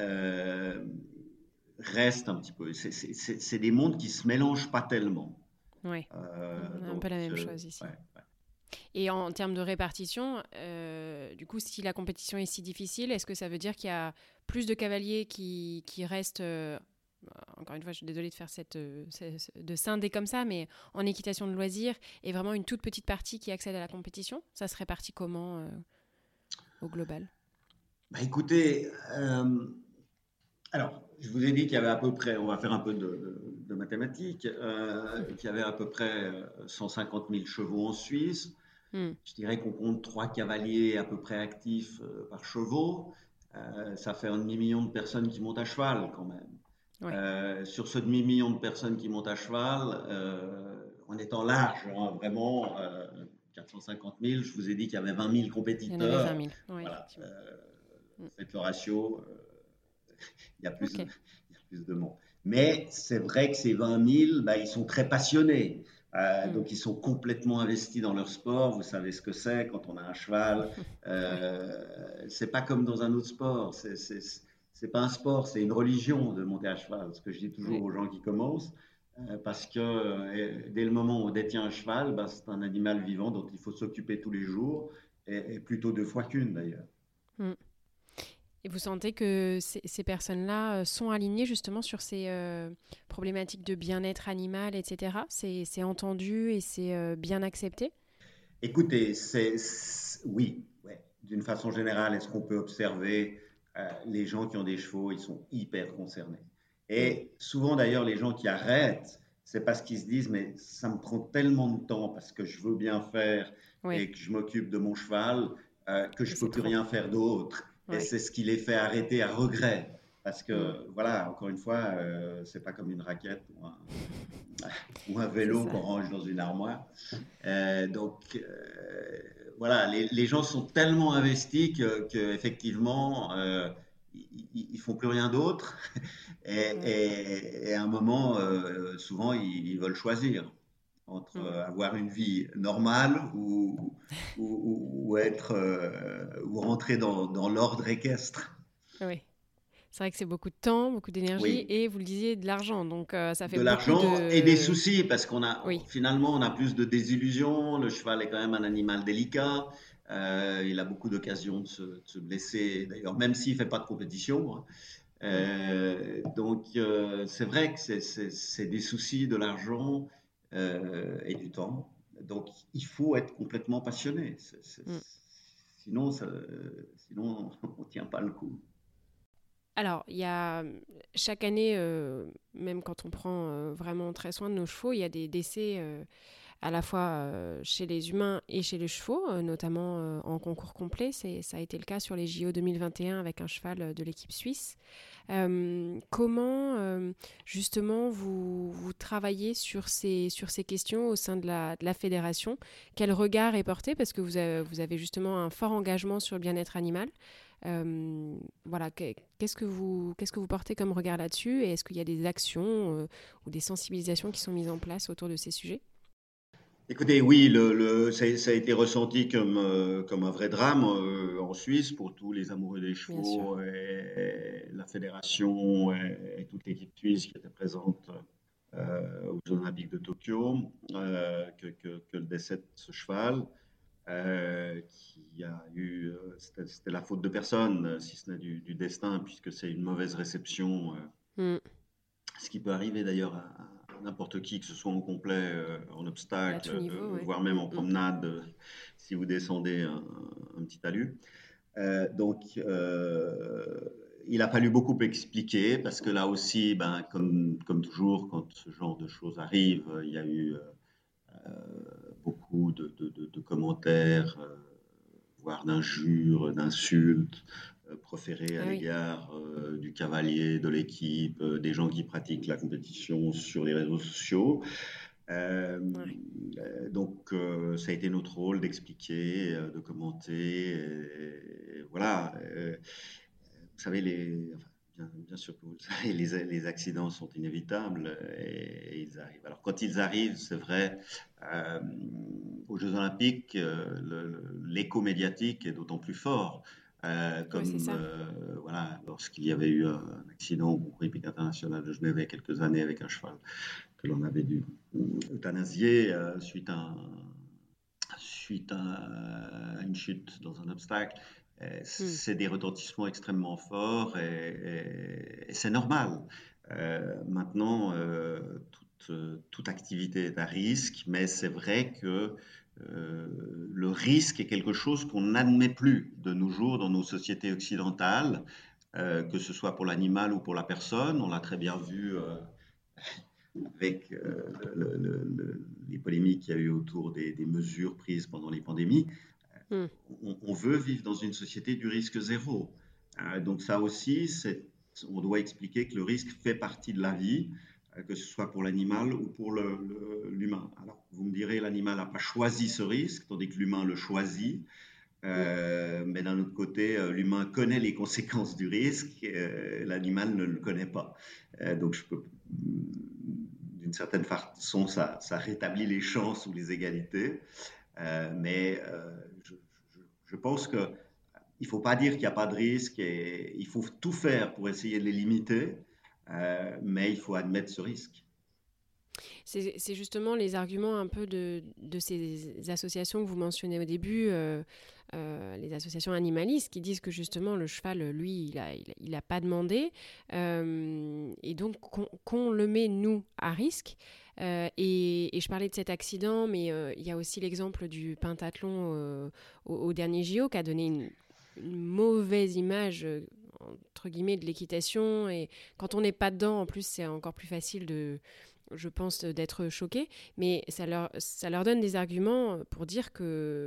reste un petit peu. C'est des mondes qui ne se mélangent pas tellement. Oui, un peu la même chose ici. Et en termes de répartition, du coup, si la compétition est si difficile, est-ce que ça veut dire qu'il y a plus de cavaliers qui restent, encore une fois, je suis désolée de faire de scinder comme ça, mais en équitation de loisirs, et vraiment une toute petite partie qui accède à la compétition? Ça se répartit comment au global? Écoutez, alors, je vous ai dit qu'il y avait à peu près, on va faire un peu de mathématiques, qu'il y avait à peu près 150 000 chevaux en Suisse. Je dirais qu'on compte 3 cavaliers à peu près actifs par chevaux. Ça fait un demi-million de personnes qui montent à cheval quand même. Sur ce demi-million de personnes qui montent à cheval, en étant large, vraiment 450 000, je vous ai dit qu'il y avait 20 000 compétiteurs. Il y en avait 20 000, voilà. Faites le ratio, il y a plus de monde. Mais c'est vrai que ces 20 000, ils sont très passionnés. Donc ils sont complètement investis dans leur sport. Vous savez ce que c'est quand on a un cheval. C'est pas comme dans un autre sport. C'est pas un sport, c'est une religion de monter à cheval. Ce que je dis toujours aux gens qui commencent, parce que dès le moment où on détient un cheval, c'est un animal vivant dont il faut s'occuper tous les jours, et plutôt 2 fois qu'une d'ailleurs. Et vous sentez que ces personnes-là sont alignées justement sur ces problématiques de bien-être animal, etc. C'est entendu et c'est bien accepté? Écoutez, oui. D'une façon générale, est-ce qu'on peut observer les gens qui ont des chevaux, ils sont hyper concernés. Et souvent d'ailleurs, les gens qui arrêtent, c'est parce qu'ils se disent, mais ça me prend tellement de temps parce que je veux bien faire et que je m'occupe de mon cheval que je ne peux plus rien faire d'autre. Et c'est ce qui les fait arrêter à regret. Parce que, voilà, encore une fois, c'est pas comme une raquette ou ou un C'est vélo ça. qu'on range dans une armoire. Voilà, les gens sont tellement investis effectivement, ils font plus rien d'autre. Ouais. Et à un moment, souvent, ils veulent choisir entre Mm. avoir une vie normale ou être ou rentrer dans l'ordre équestre. Oui. C'est vrai que c'est beaucoup de temps, beaucoup d'énergie Oui, et vous le disiez, de l'argent. Donc, ça fait de beaucoup l'argent et des de... soucis parce Oui, finalement on a plus de désillusions. Le cheval est quand même un animal délicat. Il a beaucoup d'occasions de se blesser. D'ailleurs, même s'il fait pas de compétition, hein. oui. C'est vrai que c'est des soucis de l'argent et du temps. Donc, il faut être complètement passionné. Mm. Sinon, sinon, on ne tient pas le coup. Alors, il y a chaque année, même quand on prend vraiment très soin de nos chevaux, il y a des décès à la fois chez les humains et chez les chevaux, notamment en concours complet. Ça a été le cas sur les JO 2021 avec un cheval de l'équipe suisse. Comment justement vous travaillez sur ces questions au sein de la fédération? Quel regard est porté? Parce que vous avez justement un fort engagement sur le bien-être animal. Voilà, qu'est-ce que vous portez comme regard là-dessus? Et est-ce qu'il y a des actions ou des sensibilisations qui sont mises en place autour de ces sujets? Écoutez, oui, ça a été ressenti comme un vrai drame en Suisse pour tous les amoureux des Bien sûr. chevaux et la fédération et toute l'équipe suisse qui était présente aux Jeux Olympiques de Tokyo, que le décès de ce cheval. Qui a eu, c'était la faute de personne, si ce n'est du destin, puisque c'est une mauvaise réception, Mm. ce qui peut arriver d'ailleurs à n'importe qui, que ce soit en complet, en Et à obstacle, tout niveau, ouais. voire même Mm, en mm. promenade, si vous descendez un petit talus. Donc, il a fallu beaucoup expliquer, parce que là aussi, ben, comme toujours, quand ce genre de choses arrive, il y a eu beaucoup de commentaires, voire d'injures, d'insultes proférées à Ah oui, l'égard du cavalier, de l'équipe, des gens qui pratiquent la compétition sur les réseaux sociaux. Euh, ouais. Ça a été notre rôle d'expliquer, de commenter. Et voilà. Vous savez, bien sûr que vous le savez, les accidents sont inévitables et ils arrivent. Alors, quand ils arrivent, c'est vrai, euh, aux Jeux Olympiques, l'écho médiatique est d'autant plus fort. Ouais, c'est Comme ça. voilà, lorsqu'il y avait eu un accident au Concours hippique international de Genève il y a quelques années avec un cheval que l'on avait dû euthanasier suite à une chute dans un obstacle. Mm. C'est des retentissements extrêmement forts et c'est normal. Maintenant, toute activité est à risque, mais c'est vrai que le risque est quelque chose qu'on n'admet plus de nos jours dans nos sociétés occidentales, que ce soit pour l'animal ou pour la personne. On l'a très bien vu avec les polémiques qu'il y a eu autour des mesures prises pendant les pandémies. Mm. On veut vivre dans une société du risque zéro. Donc ça aussi, on doit expliquer que le risque fait partie de la vie, que ce soit pour l'animal ou pour l'humain. Alors vous me direz, l'animal n'a pas choisi ce risque, tandis que l'humain le choisit. Mm. Mais d'un autre côté, l'humain connaît les conséquences du risque, l'animal ne le connaît pas. Donc, d'une certaine façon, ça rétablit les chances ou les égalités. Mais je pense que il ne faut pas dire qu'il n'y a pas de risque et il faut tout faire pour essayer de les limiter, mais il faut admettre ce risque. C'est justement les arguments un peu de ces associations que vous mentionnez au début, les associations animalistes, qui disent que justement le cheval, lui, il a pas demandé, et donc qu'on le met, nous, à risque. Et je parlais de cet accident, mais il y a aussi l'exemple du pentathlon au dernier JO qui a donné une mauvaise image, entre guillemets, de l'équitation. Et quand on n'est pas dedans, en plus, c'est encore plus facile je pense, d'être choqués, mais ça leur donne des arguments pour dire que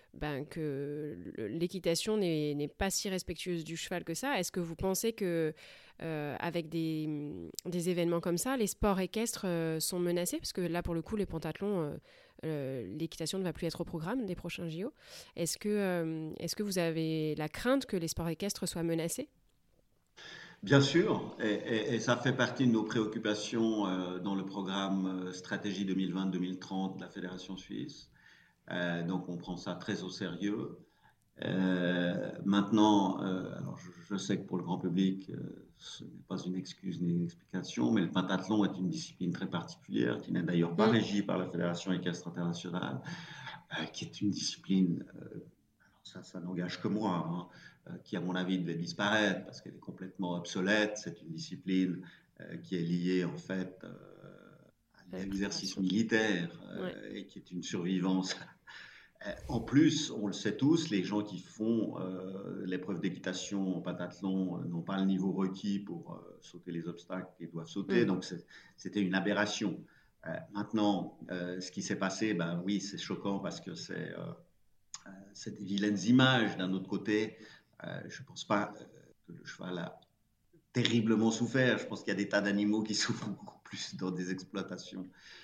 l'équitation n'est pas si respectueuse du cheval que ça. Est-ce que vous pensez que avec des événements comme ça, les sports équestres sont menacés? Parce que là, pour le coup, les pentathlons, l'équitation ne va plus être au programme des prochains JO. Est-ce que vous avez la crainte que les sports équestres soient menacés? Bien sûr, et ça fait partie de nos préoccupations dans le programme Stratégie 2020-2030 de la Fédération suisse. Donc on prend ça très au sérieux. Maintenant, alors je sais que pour le grand public, ce n'est pas une excuse ni une explication, mais le pentathlon est une discipline très particulière qui n'est d'ailleurs pas Mm. régie par la Fédération équestre internationale, qui est une discipline, ça n'engage que moi, qui à mon avis devait disparaître parce qu'elle est complètement obsolète. C'est une discipline qui est liée en fait à La l'exercice préparation. militaire Ouais. et qui est une survivance. En plus, on le sait tous, les gens qui font l'épreuve d'équitation en pentathlon n'ont pas le niveau requis pour sauter les obstacles qu'ils doivent sauter, Mm. donc c'était une aberration. Maintenant, ce qui s'est passé, ben oui, c'est choquant parce que c'est des vilaines images. D'un autre côté, je ne pense pas que le cheval a terriblement souffert. Je pense qu'il y a des tas d'animaux qui souffrent beaucoup plus dans des exploitations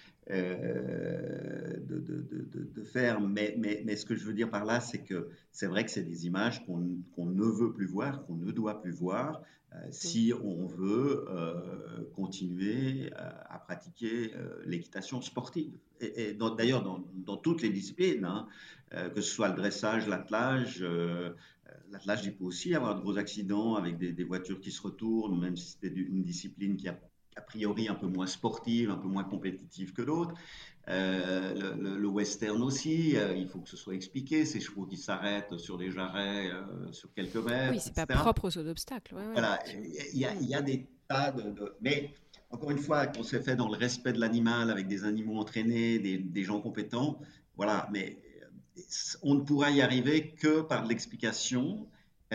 de ferme. Mais ce que je veux dire par là, c'est que c'est vrai que c'est des images qu'on ne veut plus voir, qu'on ne doit plus voir, Mm. si on veut continuer à pratiquer l'équitation sportive. Et d'ailleurs, dans toutes les disciplines, hein, que ce soit le dressage, l'attelage, l'attelage, il peut aussi avoir de gros accidents avec des voitures qui se retournent, même si c'était une discipline qui a priori un peu moins sportive, un peu moins compétitive que d'autres. Le western aussi, il faut que ce soit expliqué, ces chevaux qui s'arrêtent sur des jarrets sur quelques Oui, mètres, c'est pas etc. propre aux sauts d'obstacles. Ouais, Voilà, effectivement. il y a des tas Mais encore une fois, qu'on s'est fait dans le respect de l'animal, avec des animaux entraînés, des gens compétents, voilà, mais on ne pourra y arriver que par l'explication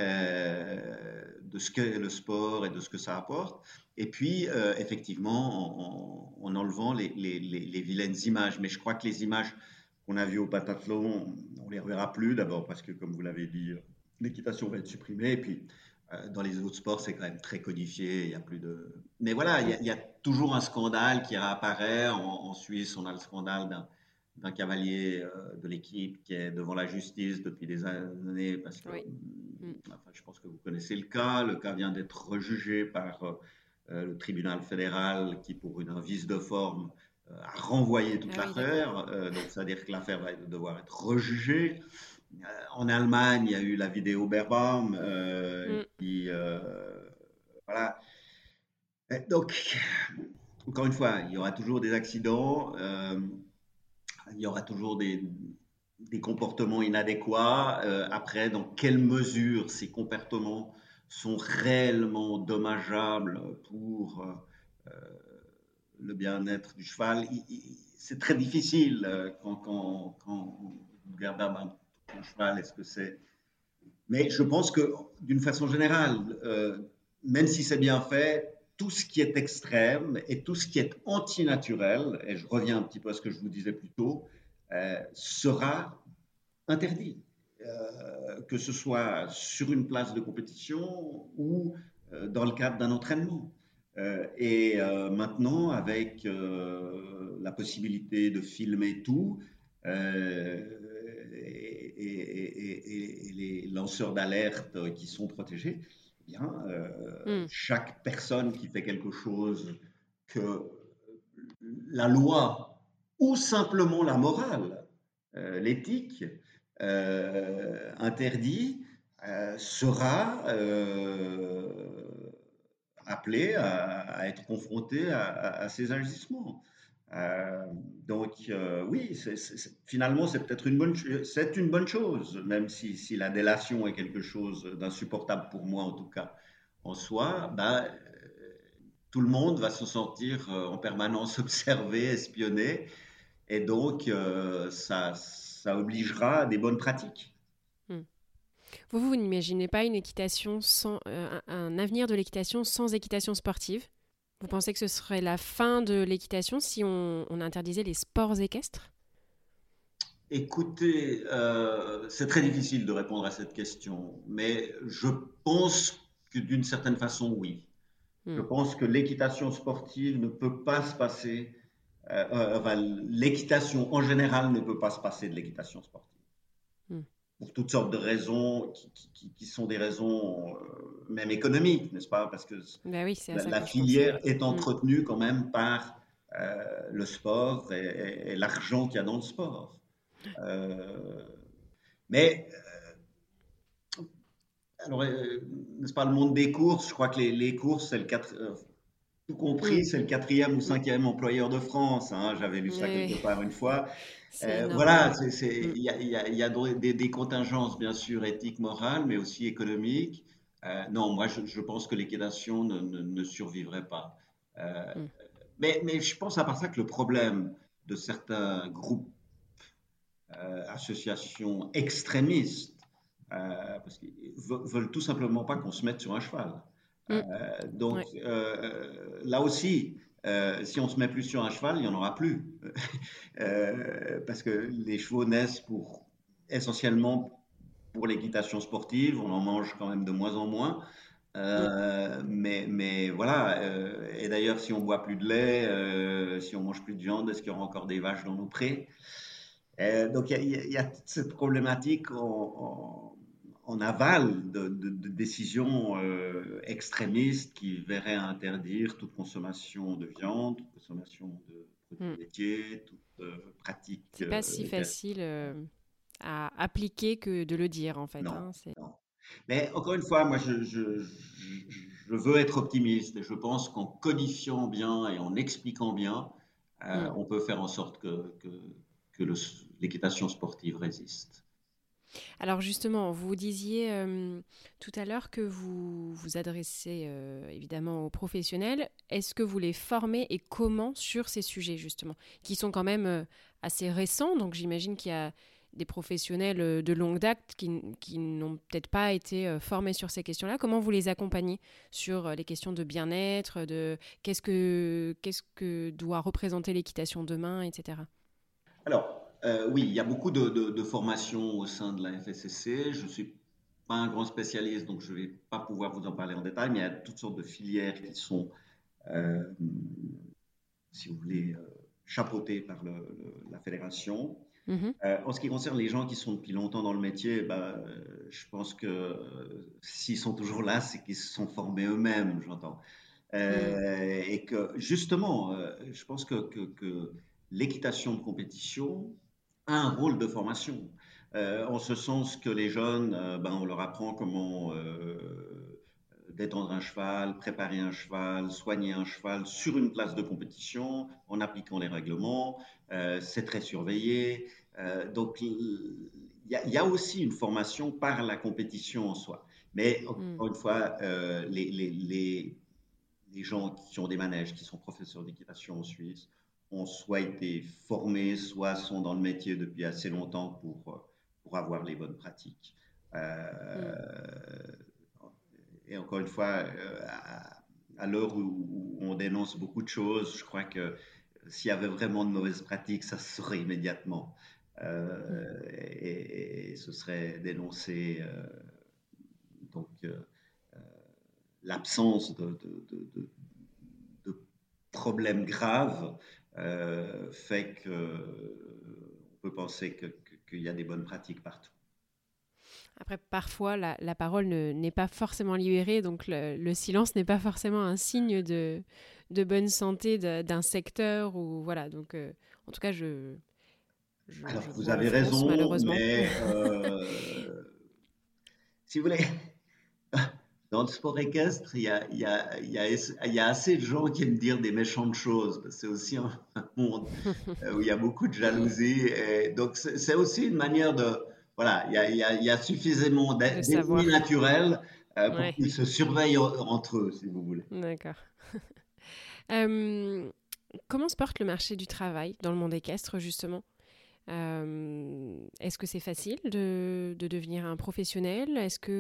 de ce qu'est le sport et de ce que ça apporte. Et puis, effectivement, en enlevant les vilaines images. Mais je crois que les images qu'on a vues au pentathlon, on ne les reverra plus. D'abord parce que, comme vous l'avez dit, l'équitation va être supprimée. Et puis, dans les autres sports, c'est quand même très codifié. Il y a plus de. Mais voilà, Mm. il y a toujours un scandale qui réapparaît. En Suisse, on a le scandale d'un cavalier de l'équipe qui est devant la justice depuis des années parce que, Oui. Mm. enfin, je pense que vous connaissez le cas. Le cas vient d'être rejugé par le tribunal fédéral qui, pour un vice de forme, a renvoyé toute Ah oui, d'accord. l'affaire. Donc, ça veut dire que l'affaire va devoir être rejugée. En Allemagne, il y a eu la vidéo Berbaum Mm. qui, voilà. Donc, encore une fois, il y aura toujours des accidents, il y aura toujours des comportements inadéquats. Après, dans quelle mesure ces comportements sont réellement dommageables pour le bien-être du cheval, c'est très difficile quand vous regardez un cheval, est-ce que c'est. Mais je pense que, d'une façon générale, même si c'est bien fait, tout ce qui est extrême et tout ce qui est antinaturel, et je reviens un petit peu à ce que je vous disais plus tôt, sera interdit. Que ce soit sur une place de compétition ou dans le cadre d'un entraînement. Maintenant, avec la possibilité de filmer tout, et les lanceurs d'alerte qui sont protégés, eh bien, Mm. chaque personne qui fait quelque chose que la loi ou simplement la morale, l'éthique, interdit, sera appelé à être confronté à ces agissements. Euh, donc, oui, finalement, c'est peut-être une bonne chose, même si la délation est quelque chose d'insupportable pour moi, en tout cas, en soi. Bah, tout le monde va se sentir en permanence observé, espionné, et donc ça obligera à des bonnes pratiques. Mm. Vous n'imaginez pas une équitation un avenir de l'équitation sans équitation sportive? Vous pensez que ce serait la fin de l'équitation si on interdisait les sports équestres? Écoutez, c'est très difficile de répondre à cette question, mais je pense que d'une certaine façon, oui. Je Hmm. pense que l'équitation sportive ne peut pas se passer, enfin, l'équitation en général ne peut pas se passer de l'équitation sportive. Hmm. Pour toutes sortes de raisons qui sont des raisons même économiques, n'est-ce pas? Parce que Bah oui, c'est à ça la que je pensais. filière Ouais. est Hmm. entretenue quand même par le sport et l'argent qu'il y a dans le sport. Euh, mais alors, n'est-ce pas, le monde des courses, je crois que les courses, c'est tout Hmm. compris, c'est le quatrième ou Hmm. cinquième employeur de France, hein, j'avais lu Oui, ça quelque oui. part une fois. C'est énorme, Voilà, ouais. Hmm. il y a des contingences, bien sûr, éthiques, morales, mais aussi économiques. Non, moi, je pense que l'équitation ne survivrait pas. Euh, Hmm. mais je pense à part ça que le problème de certains groupes, associations extrémistes, parce qu'ils veulent tout simplement pas qu'on se mette sur un cheval. Hmm. Donc Ouais. là aussi, si on se met plus sur un cheval, il n'y en aura plus. Parce que les chevaux naissent essentiellement pour l'équitation sportive, on en mange quand même de moins en moins. Hmm. Mais voilà, et d'ailleurs, si on boit plus de lait, si on mange plus de viande, est-ce qu'il y aura encore des vaches dans nos prés? Donc il y a toute cette problématique en aval de décisions extrémistes qui verraient interdire toute consommation de viande, toute consommation de Hmm. produits laitiers, toute pratique. C'est pas si facile à appliquer que de le dire, en fait. Non, Hein. non. Mais encore une fois, moi, je veux être optimiste et je pense qu'en codifiant bien et en expliquant bien, Hmm. on peut faire en sorte que l'équitation sportive résiste. Alors justement, vous disiez tout à l'heure que vous vous adressez évidemment aux professionnels. Est-ce que vous les formez et comment sur ces sujets justement, qui sont quand même assez récents? Donc j'imagine qu'il y a des professionnels de longue date qui n'ont peut-être pas été formés sur ces questions-là. Comment vous les accompagnez sur les questions de bien-être, de qu'est-ce que doit représenter l'équitation demain, etc. Alors, oui, il y a beaucoup de formations au sein de la FSSC. Je ne suis pas un grand spécialiste, donc je ne vais pas pouvoir vous en parler en détail, mais il y a toutes sortes de filières qui sont, euh, si vous voulez, chapeautées par la fédération. Mhm. En ce qui concerne les gens qui sont depuis longtemps dans le métier, bah, je pense que s'ils sont toujours là, c'est qu'ils se sont formés eux-mêmes, j'entends. Mm. Et que justement, je pense que l'équitation de compétition a un rôle de formation. En ce sens que les jeunes, ben, on leur apprend comment détendre un cheval, préparer un cheval, soigner un cheval sur une place de compétition en appliquant les règlements. C'est très surveillé. Donc, il y a aussi une formation par la compétition en soi. Mais Mm. encore une fois, les gens qui ont des manèges, qui sont professeurs d'équitation en Suisse, ont soit été formés, soit sont dans le métier depuis assez longtemps pour avoir les bonnes pratiques. Mm. Et encore une fois, à l'heure où on dénonce beaucoup de choses, je crois que s'il y avait vraiment de mauvaises pratiques, ça se saurait immédiatement. Mm. Et ce serait dénoncé. Donc, l'absence de problèmes graves fait qu'on peut penser qu'il y a des bonnes pratiques partout. Après, parfois, la parole n'est pas forcément libérée, donc le silence n'est pas forcément un signe de bonne santé d'un secteur. Ou, voilà, donc, en tout cas, Alors, je vous vois en avez France, raison, malheureusement. mais si vous voulez, dans le sport équestre, il y a assez de gens qui aiment dire des méchantes choses. C'est aussi un monde où il y a beaucoup de jalousie. Et donc, c'est aussi une manière de... Voilà, il y a suffisamment De d'ennemis savoir. naturels pour Ouais, qu'ils se surveillent entre eux, si vous voulez. d'accord. Euh, Comment se porte le marché du travail dans le monde équestre, justement? Est-ce que c'est facile de devenir un professionnel?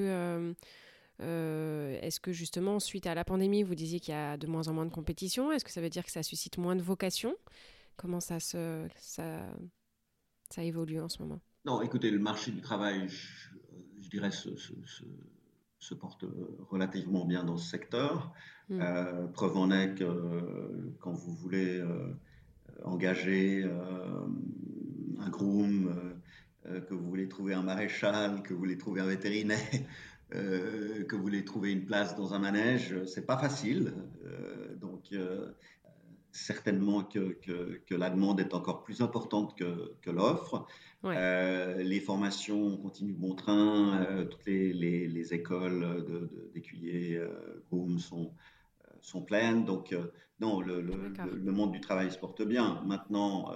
Est-ce que justement, suite à la pandémie, vous disiez qu'il y a de moins en moins de compétition? Est-ce que ça veut dire que ça suscite moins de vocations? Comment ça évolue en ce moment? Non, écoutez, le marché du travail, je dirais, se porte relativement bien dans ce secteur. Mm. Preuve en est que quand vous voulez engager un groom, que vous voulez trouver un maréchal, que vous voulez trouver un vétérinaire, que vous voulez trouver une place dans un manège, c'est pas facile. Donc, certainement que la demande est encore plus importante que l'offre. Ouais, Les formations continuent bon train. Toutes les écoles d'écuyers groom sont pleines. Donc, non, d'accord. le monde du travail se porte bien. Maintenant,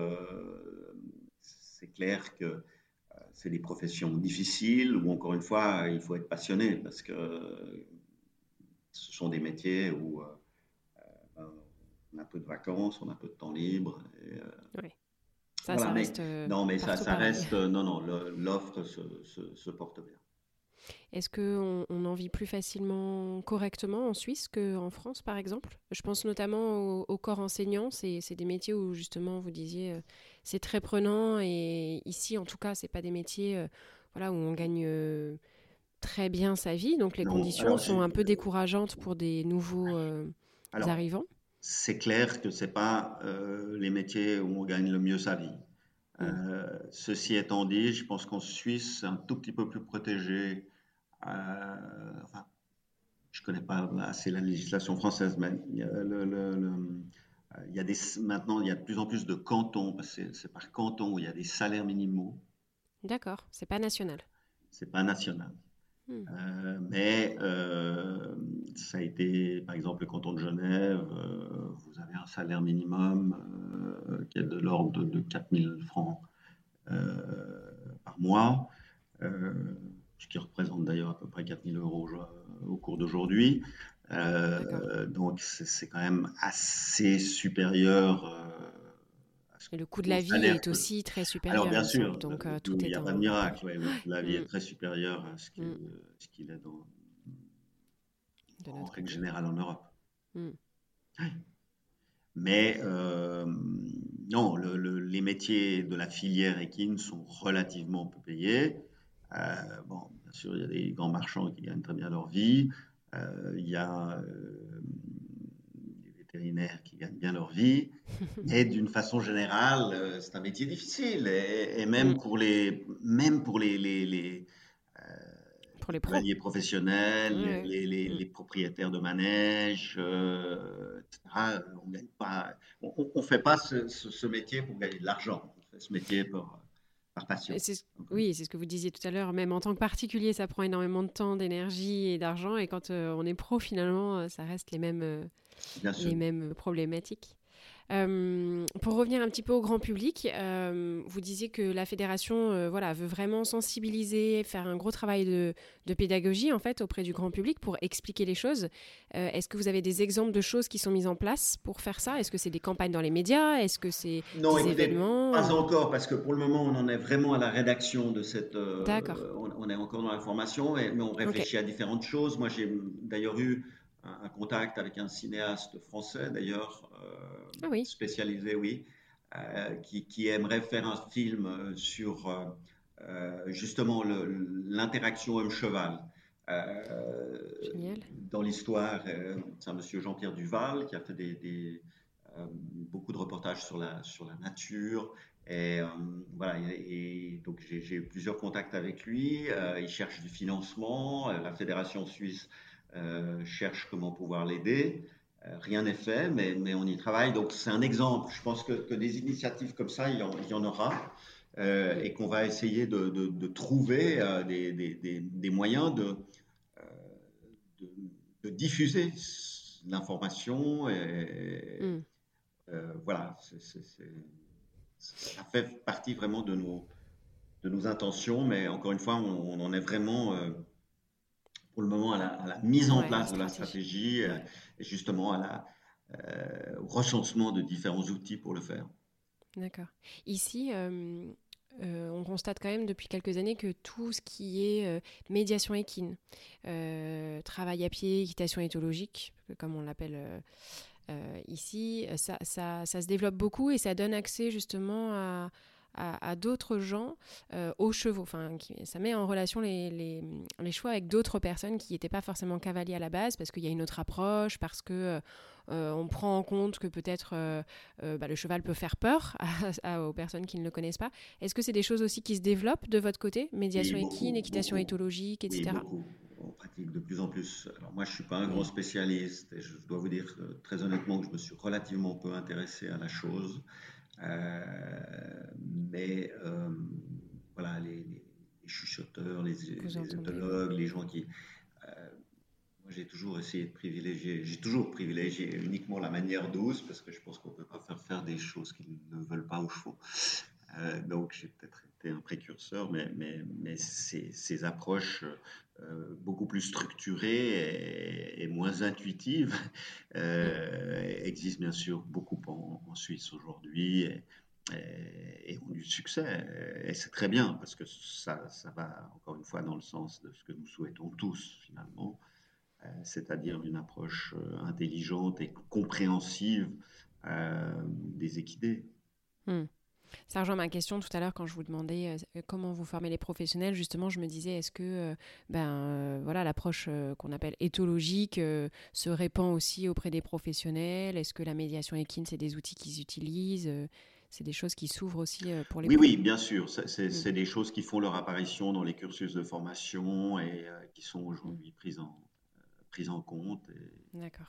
c'est clair que c'est des professions difficiles où, encore une fois, il faut être passionné parce que ce sont des métiers où on a peu de vacances, on a peu de temps libre. Et, Ouais. Ça voilà, mais reste non, mais partout ça pareil. reste, non, non, l'offre se porte bien. Est-ce qu'on en vit plus facilement correctement en Suisse qu'en France, par exemple? Je pense notamment au corps enseignant. C'est des métiers où, justement, vous disiez, c'est très prenant. Et ici, en tout cas, c'est pas des métiers voilà, où on gagne très bien sa vie. Donc, les Non, conditions sont un peu décourageantes pour des nouveaux alors, arrivants. c'est clair que c'est pas les métiers où on gagne le mieux sa vie. Mm. Ceci étant dit, je pense qu'en Suisse, c'est un tout petit peu plus protégé. Enfin, je connais pas assez la législation française, mais il y a maintenant, il y a de plus en plus de cantons, parce que c'est par canton où il y a des salaires minimaux. D'accord, c'est pas national. C'est pas national. Mm. Mais ça a été, par exemple, le canton de Genève, vous avez un salaire minimum qui est de l'ordre de 4000 francs par mois, euh, ce qui représente d'ailleurs à peu près 4000 euros au cours d'aujourd'hui. D'accord. Donc c'est quand même assez supérieur Et le coût de au la vie salaire est que... aussi très Alors supérieur, il bien me semble. sûr, Donc, il tout n'y est a pas de en rapport. miracle, ouais, le coût de la vie Mm. est très supérieur à Mm. ce qu'il est De en notre règle côté. générale en Europe. Mm. Mais non, les métiers de la filière équine sont relativement peu payés. Bon, bien sûr, il y a des grands marchands qui gagnent très bien leur vie. Il y a des vétérinaires qui gagnent bien leur vie. Mais d'une façon générale, c'est un métier difficile. Et Mm. même pour Pour les les pros. cavaliers professionnels, Ouais. Mm. les propriétaires de manèges, etc. On gagne pas, on fait pas ce métier pour gagner de l'argent. On fait ce métier par passion. Oui, c'est ce que vous disiez tout à l'heure. Même en tant que particulier, ça prend énormément de temps, d'énergie et d'argent. Et quand on est pro, finalement, ça reste Bien sûr. les mêmes problématiques. Pour revenir un petit peu au grand public, vous disiez que la fédération voilà, veut vraiment sensibiliser, faire un gros travail de pédagogie en fait, auprès du grand public pour expliquer les choses. Est-ce que vous avez des exemples de choses qui sont mises en place pour faire ça? Est-ce que c'est des campagnes dans les médias? Est-ce que c'est Non, des écoutez, événements pas encore, parce que pour le moment, on en est vraiment à la rédaction de D'accord. on est encore dans la formation, mais on Ok. réfléchit à différentes choses. Moi, j'ai d'ailleurs eu un contact avec un cinéaste français, d'ailleurs, Ah oui. spécialisé, oui, qui aimerait faire un film sur justement l'interaction homme-cheval. Génial. Dans l'histoire, c'est un monsieur Jean-Pierre Duval qui a fait beaucoup de reportages sur la nature. Et voilà, et donc j'ai eu plusieurs contacts avec lui. Il cherche du financement. La Fédération suisse cherche comment pouvoir l'aider. Rien n'est fait, mais on y travaille. Donc c'est un exemple. Je pense que des initiatives comme ça, il y en aura. Mm. Et qu'on va essayer de trouver des moyens euh, de, de diffuser l'information et, Mm. voilà, ça fait partie vraiment de nos intentions, mais encore une fois, on en est vraiment pour le moment à la mise en Ouais, la place de la stratégie. stratégie Ouais. et justement au recensement de différents outils pour le faire. D'accord. Ici, on constate quand même depuis quelques années que tout ce qui est médiation équine, travail à pied, équitation éthologique, comme on l'appelle ici, ça se développe beaucoup et ça donne accès justement à d'autres gens aux chevaux. Enfin, ça met en relation les chevaux avec d'autres personnes qui n'étaient pas forcément cavaliers à la base, parce qu'il y a une autre approche, parce que on prend en compte que peut-être le cheval peut faire peur aux personnes qui ne le connaissent pas. Est-ce que c'est des choses aussi qui se développent de votre côté? Oui, Médiation équine, équitation beaucoup. éthologique, Oui, etc. beaucoup. On pratique de plus en plus. Alors moi, je suis pas un grand Mm. spécialiste et je dois vous dire très honnêtement que je me suis relativement peu intéressé à la chose. Mais voilà, les chuchoteurs, Vous les entendez, oui. éthologues, les gens qui... moi, j'ai toujours privilégié uniquement la manière douce parce que je pense qu'on ne peut pas faire des choses qu'ils ne veulent pas aux chevaux. Donc, j'ai peut-être été un précurseur, mais ces approches beaucoup plus structurées et moins intuitives Mm. existent bien sûr beaucoup en Suisse aujourd'hui et ont du succès. Et c'est très bien parce que ça va encore une fois dans le sens de ce que nous souhaitons tous finalement, c'est-à-dire une approche intelligente et compréhensive des équidés. Mm. Ça rejoint ma question tout à l'heure quand je vous demandais comment vous formez les professionnels. Justement, je me disais, est-ce que voilà, l'approche qu'on appelle éthologique se répand aussi auprès des professionnels? Est-ce que la médiation équine, c'est des outils qu'ils utilisent? C'est des choses qui s'ouvrent aussi pour les Oui, pros. oui, bien sûr. Mm, C'est des choses qui font leur apparition dans les cursus de formation et qui sont mm. aujourd'hui prises en compte. D'accord.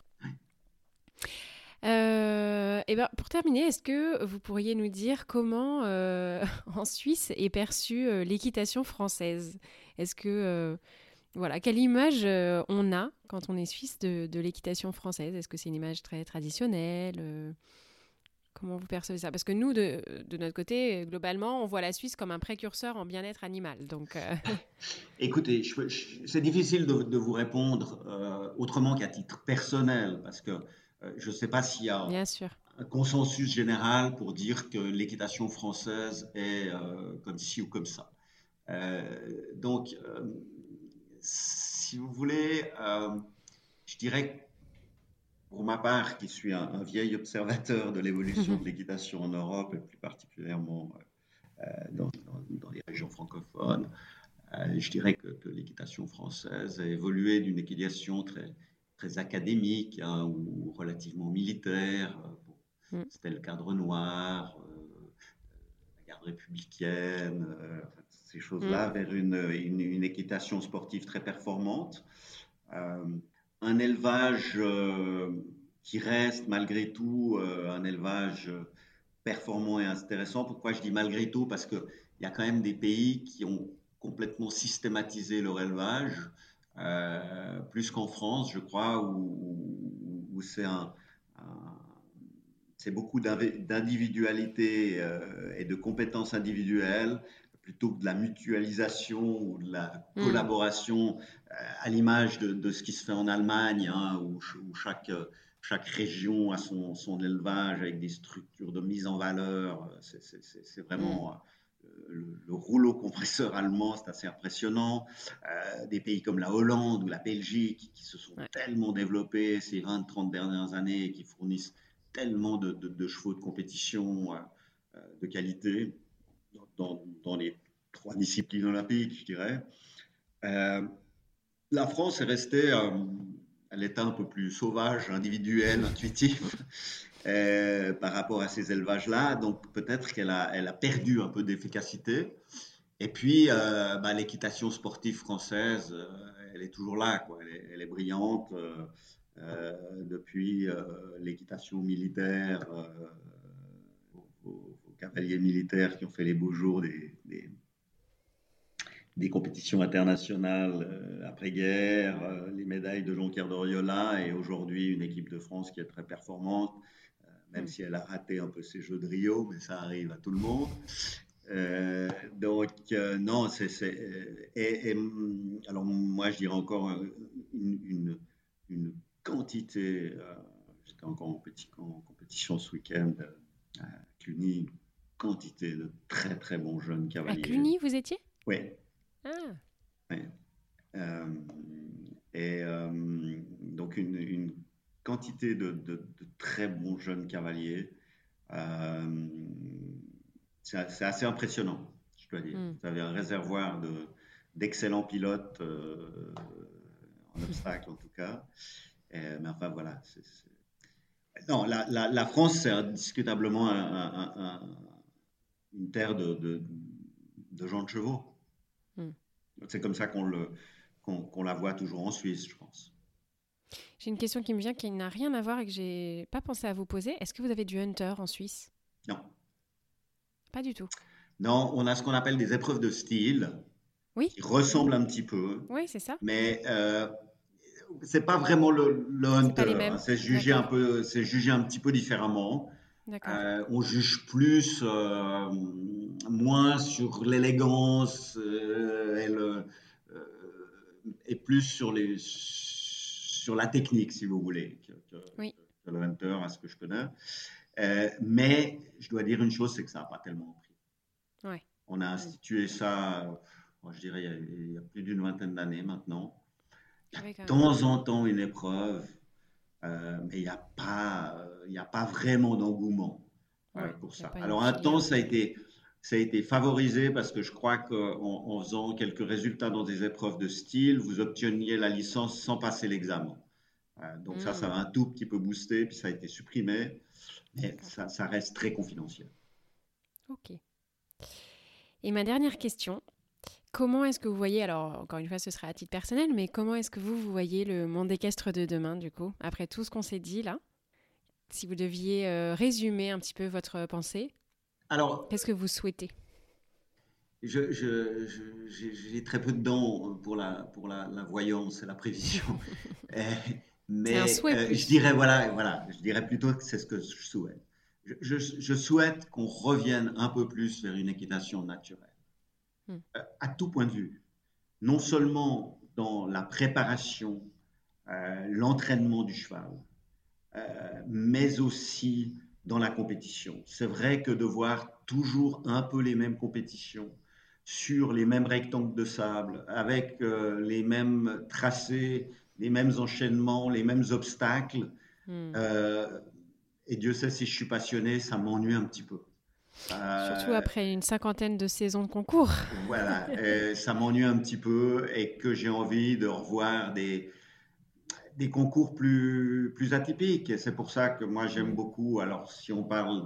Et ben, pour terminer, est-ce que vous pourriez nous dire comment en Suisse est perçue l'équitation française? Est-ce que voilà, quelle image on a quand on est suisse de l'équitation française? Est-ce que c'est une image très traditionnelle? Comment vous percevez ça? Parce que nous, de notre côté, globalement, on voit la Suisse comme un précurseur en bien-être animal. Donc, Écoutez, c'est difficile de vous répondre autrement qu'à titre personnel, parce que je ne sais pas s'il y a bien sûr. un consensus général pour dire que l'équitation française est comme ci ou comme ça. Donc, si vous voulez, je dirais pour ma part, qui suis un vieil observateur de l'évolution de l'équitation en Europe, et plus particulièrement dans les régions francophones, je dirais que l'équitation française a évolué d'une équitation très académique hein, ou relativement militaire. Bon, Mm, c'était le cadre noir, la garde républicaine, ces mm, choses-là, vers une équitation sportive très performante. Euh, un élevage qui reste malgré tout un élevage performant et intéressant. Pourquoi je dis malgré tout? Parce qu'il y a quand même des pays qui ont complètement systématisé leur élevage, plus qu'en France, je crois, où c'est beaucoup d'individualité et de compétences individuelles plutôt que de la mutualisation ou de la mm, collaboration à l'image de ce qui se fait en Allemagne, hein, où chaque région a son élevage avec des structures de mise en valeur. C'est mm, vraiment le rouleau compresseur allemand, c'est assez impressionnant. Des pays comme la Hollande ou la Belgique qui se sont ouais. tellement développés ces 20-30 dernières années et qui fournissent tellement de chevaux de compétition de qualité dans les trois disciplines olympiques, je dirais. Euh, la France est restée à l'état un peu plus sauvage, individuel, intuitif par rapport à ces élevages-là. Donc peut-être elle a perdu un peu d'efficacité. Et puis l'équitation sportive française, elle est toujours là, quoi. Elle est brillante depuis l'équitation militaire, aux cavaliers militaires qui ont fait les beaux jours des compétitions internationales après-guerre, les médailles de Jonquière d'Oriola et aujourd'hui une équipe de France qui est très performante, même Mm. si elle a raté un peu ses Jeux de Rio, mais ça arrive à tout le monde. Non, alors moi je dirais encore une, une quantité, j'étais encore en compétition ce week-end à Cluny, une quantité de très très bons jeunes À cavaliers. Cluny, vous étiez? Oui, Ah, oui. Euh, et donc une quantité de très bons jeunes cavaliers. Euh, c'est assez impressionnant, je dois dire. Vous avez un réservoir d'excellents pilotes en obstacle, en tout cas. Mais enfin, voilà. Non, la France, c'est indiscutablement une terre de gens de chevaux. Mm. C'est comme ça qu'on la voit toujours en Suisse, je pense. J'ai une question qui me vient qui n'a rien à voir et que j'ai pas pensé à vous poser. Est-ce que vous avez du hunter en Suisse? Non. Pas du tout. Non, on a ce qu'on appelle des épreuves de style Oui, qui ressemblent un petit peu, oui, c'est ça. mais c'est pas vraiment le C'est pas les hunter, hein. mêmes. D'accord, C'est jugé un petit peu différemment. d'accord. On juge plus, moins sur l'élégance et plus sur la technique, si vous voulez, Oui, que le hunter, à ce que je connais. Mais je dois dire une chose, c'est que ça n'a pas tellement pris. ouais. On a Mm. institué ça, je dirais, il y a plus d'une vingtaine d'années maintenant. Il y a Oui, quand de même. temps en temps une épreuve, mais il y a pas vraiment d'engouement Ouais, pour il n'y a ça. pas une Alors un temps, filière autour. ça a été favorisé parce que je crois qu'en faisant quelques résultats dans des épreuves de style, vous obteniez la licence sans passer l'examen. Donc ça Mm. va un tout petit peu boosté, puis ça a été supprimé, mais D'accord. ça reste très confidentiel. Ok. Et ma dernière question, comment est-ce que vous voyez, alors encore une fois ce sera à titre personnel, mais comment est-ce que vous voyez le monde équestre de demain du coup, après tout ce qu'on s'est dit là? Si vous deviez résumer un petit peu votre pensée, Alors, qu'est-ce que vous souhaitez? j'ai très peu de dents pour la voyance et la prévision. Euh, C'est un Mais souhait je plus. dirais, voilà, je dirais plutôt que c'est ce que je souhaite. Je souhaite qu'on revienne un peu plus vers une équitation naturelle, Hmm. à tout point de vue. Non seulement dans la préparation, l'entraînement du cheval, mais aussi dans la compétition. C'est vrai que de voir toujours un peu les mêmes compétitions sur les mêmes rectangles de sable, avec les mêmes tracés, les mêmes enchaînements, les mêmes obstacles, Hmm. euh, et Dieu sait si je suis passionné, ça m'ennuie un petit peu. Surtout Euh, après une cinquantaine de saisons de concours. voilà, ça m'ennuie un petit peu et que j'ai envie de revoir des concours plus atypiques. Et c'est pour ça que moi j'aime Hmm. beaucoup, alors si on parle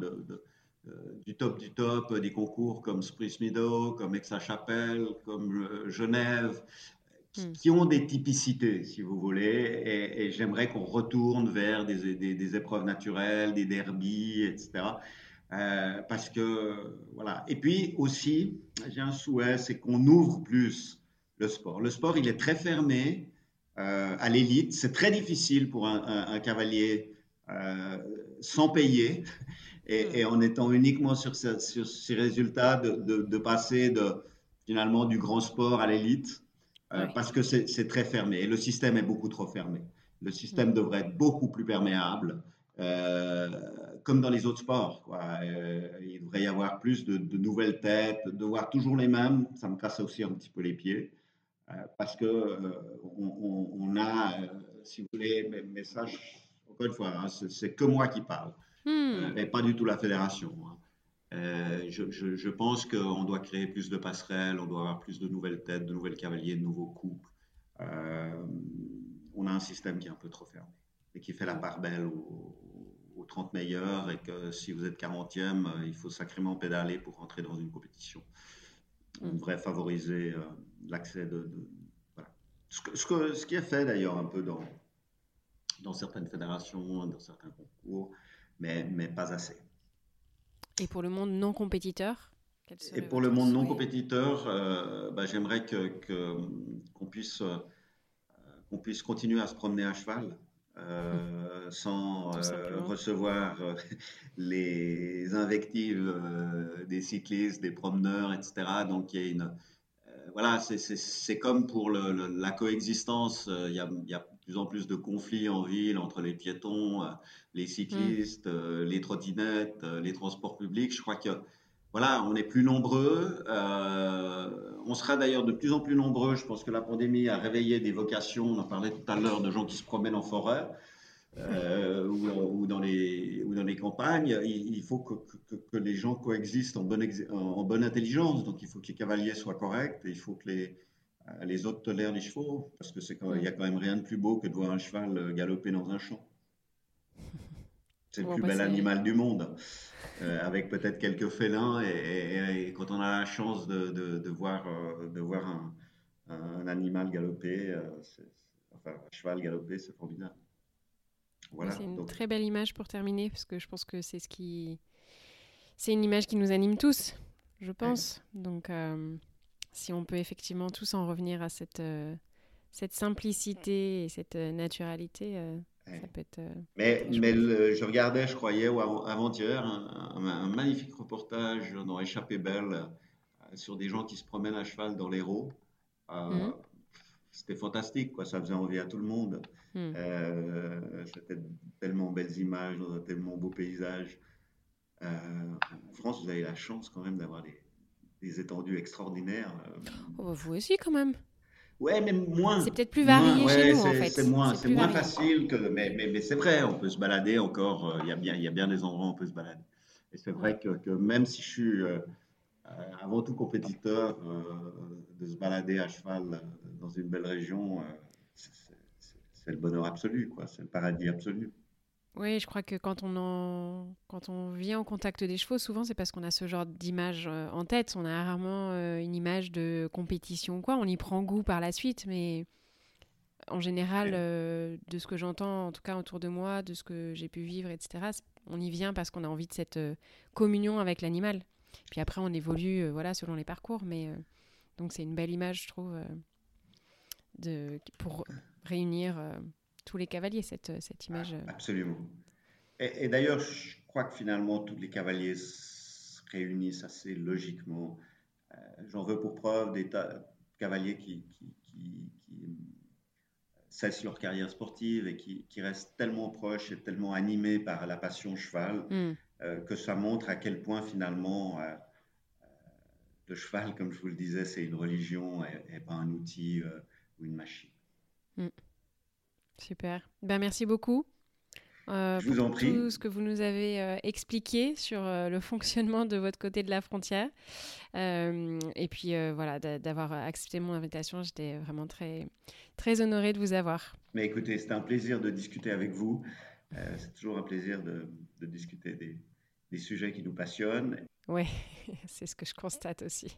du top, des concours comme Spruce Meadow, comme Aix-la-Chapelle, comme Genève, Hmm. qui ont des typicités, si vous voulez, et j'aimerais qu'on retourne vers des épreuves naturelles, des derbies, etc. Parce que, voilà. Et puis aussi, j'ai un souhait, c'est qu'on ouvre plus le sport. Le sport, il est très fermé à l'élite. C'est très difficile pour un cavalier sans payer Hmm. et en étant uniquement sur ces résultats de passer finalement du grand sport à l'élite Ouais. parce que c'est très fermé et le système est beaucoup trop fermé. Le Hmm. système devrait être beaucoup plus perméable, euh, comme dans les autres sports, quoi. Il devrait y avoir plus de nouvelles têtes, de voir toujours les mêmes. Ça me casse aussi un petit peu les pieds parce que on a, si vous voulez, mais ça, encore une fois, hein, c'est que moi qui parle Hmm. et pas du tout la fédération, hein. Je pense qu'on doit créer plus de passerelles, on doit avoir plus de nouvelles têtes, de nouvelles cavaliers, de nouveaux couples. Euh, on a un système qui est un peu trop fermé et qui fait la Hmm. part belle aux 30 meilleurs et que si vous êtes 40e, il faut sacrément pédaler pour rentrer dans une compétition. On Hmm. devrait favoriser l'accès voilà. Ce qui est fait d'ailleurs un peu dans certaines fédérations, dans certains concours, mais pas assez. Et pour le monde non compétiteur, quel Et serait pour le votre monde non souhait? compétiteur, bah, j'aimerais qu'on puisse continuer à se promener à cheval sans Tout simplement. recevoir les invectives des cyclistes, des promeneurs, etc. Donc il y a voilà, c'est comme pour la coexistence. Il y a de plus en plus de conflits en ville entre les piétons, les Hmm. cyclistes, les trottinettes, les transports publics. Je crois que voilà, on est plus nombreux. On sera d'ailleurs de plus en plus nombreux. Je pense que la pandémie a réveillé des vocations. On en parlait tout à l'heure de gens qui se promènent en forêt. ou dans les campagnes, il faut que les gens coexistent en bonne intelligence. Donc il faut que les cavaliers soient corrects, et il faut que les autres tolèrent les chevaux, parce il y a quand même rien de plus beau que de voir un cheval galoper dans un champ. C'est le Bon, plus bah, bel animal du monde, avec peut-être quelques félins. Et quand on a la chance de voir un animal galoper, enfin un cheval galoper, c'est formidable. bah, Voilà. c'est une Donc, très belle image pour terminer, parce que je pense que c'est une image qui nous anime tous, je ouais, pense. Donc, si on peut effectivement tous en revenir à cette simplicité et cette naturalité, ouais. ça peut être Mais, très mais chouette. je regardais, je croyais, ou avant-hier, un magnifique reportage dans Échappée Belle sur des gens qui se promènent à cheval dans l'Hérault. Euh, Mhm. C'était fantastique, quoi. Ça faisait envie à tout le monde. Mhm. C'était tellement belles images, dans un tellement beau paysage. En France, vous avez la chance quand même d'avoir des étendues extraordinaires. Oh, bah, vous aussi, quand même. Ouais, mais C'est moins, peut-être plus moins, varié chez ouais, nous, en c'est fait. moins, C'est c'est plus moins varié. facile mais c'est vrai, on peut se balader encore. Il y a bien des endroits où on peut se balader. Et c'est Ouais. vrai que même si je suis avant tout compétiteur, de se balader à cheval dans une belle région, c'est le bonheur absolu, quoi. C'est le paradis absolu. Oui, je crois que quand on vient en contact des chevaux, souvent c'est parce qu'on a ce genre d'image en tête. On a rarement une image de compétition ou quoi. On y prend goût par la suite, mais en général, Ouais. de ce que j'entends, en tout cas autour de moi, de ce que j'ai pu vivre, etc., on y vient parce qu'on a envie de cette communion avec l'animal. Puis après, on évolue voilà, selon les parcours, mais donc c'est une belle image, je trouve, pour réunir tous les cavaliers, cette image. Absolument. Et d'ailleurs, je crois que finalement, tous les cavaliers se réunissent assez logiquement. J'en veux pour preuve des tas de cavaliers qui cessent leur carrière sportive et qui restent tellement proches et tellement animés par la passion cheval, Hmm. que ça montre à quel point finalement le cheval, comme je vous le disais, c'est une religion et pas un outil ou une machine. Hmm. Super. Ben, merci beaucoup Je pour vous en prie. tout ce que vous nous avez expliqué sur le fonctionnement de votre côté de la frontière. Et puis voilà, d'avoir accepté mon invitation. J'étais vraiment très, très honorée de vous avoir. Mais écoutez, c'était un plaisir de discuter avec vous. C'est toujours un plaisir de discuter des sujets qui nous passionnent. Ouais, c'est ce que je constate aussi.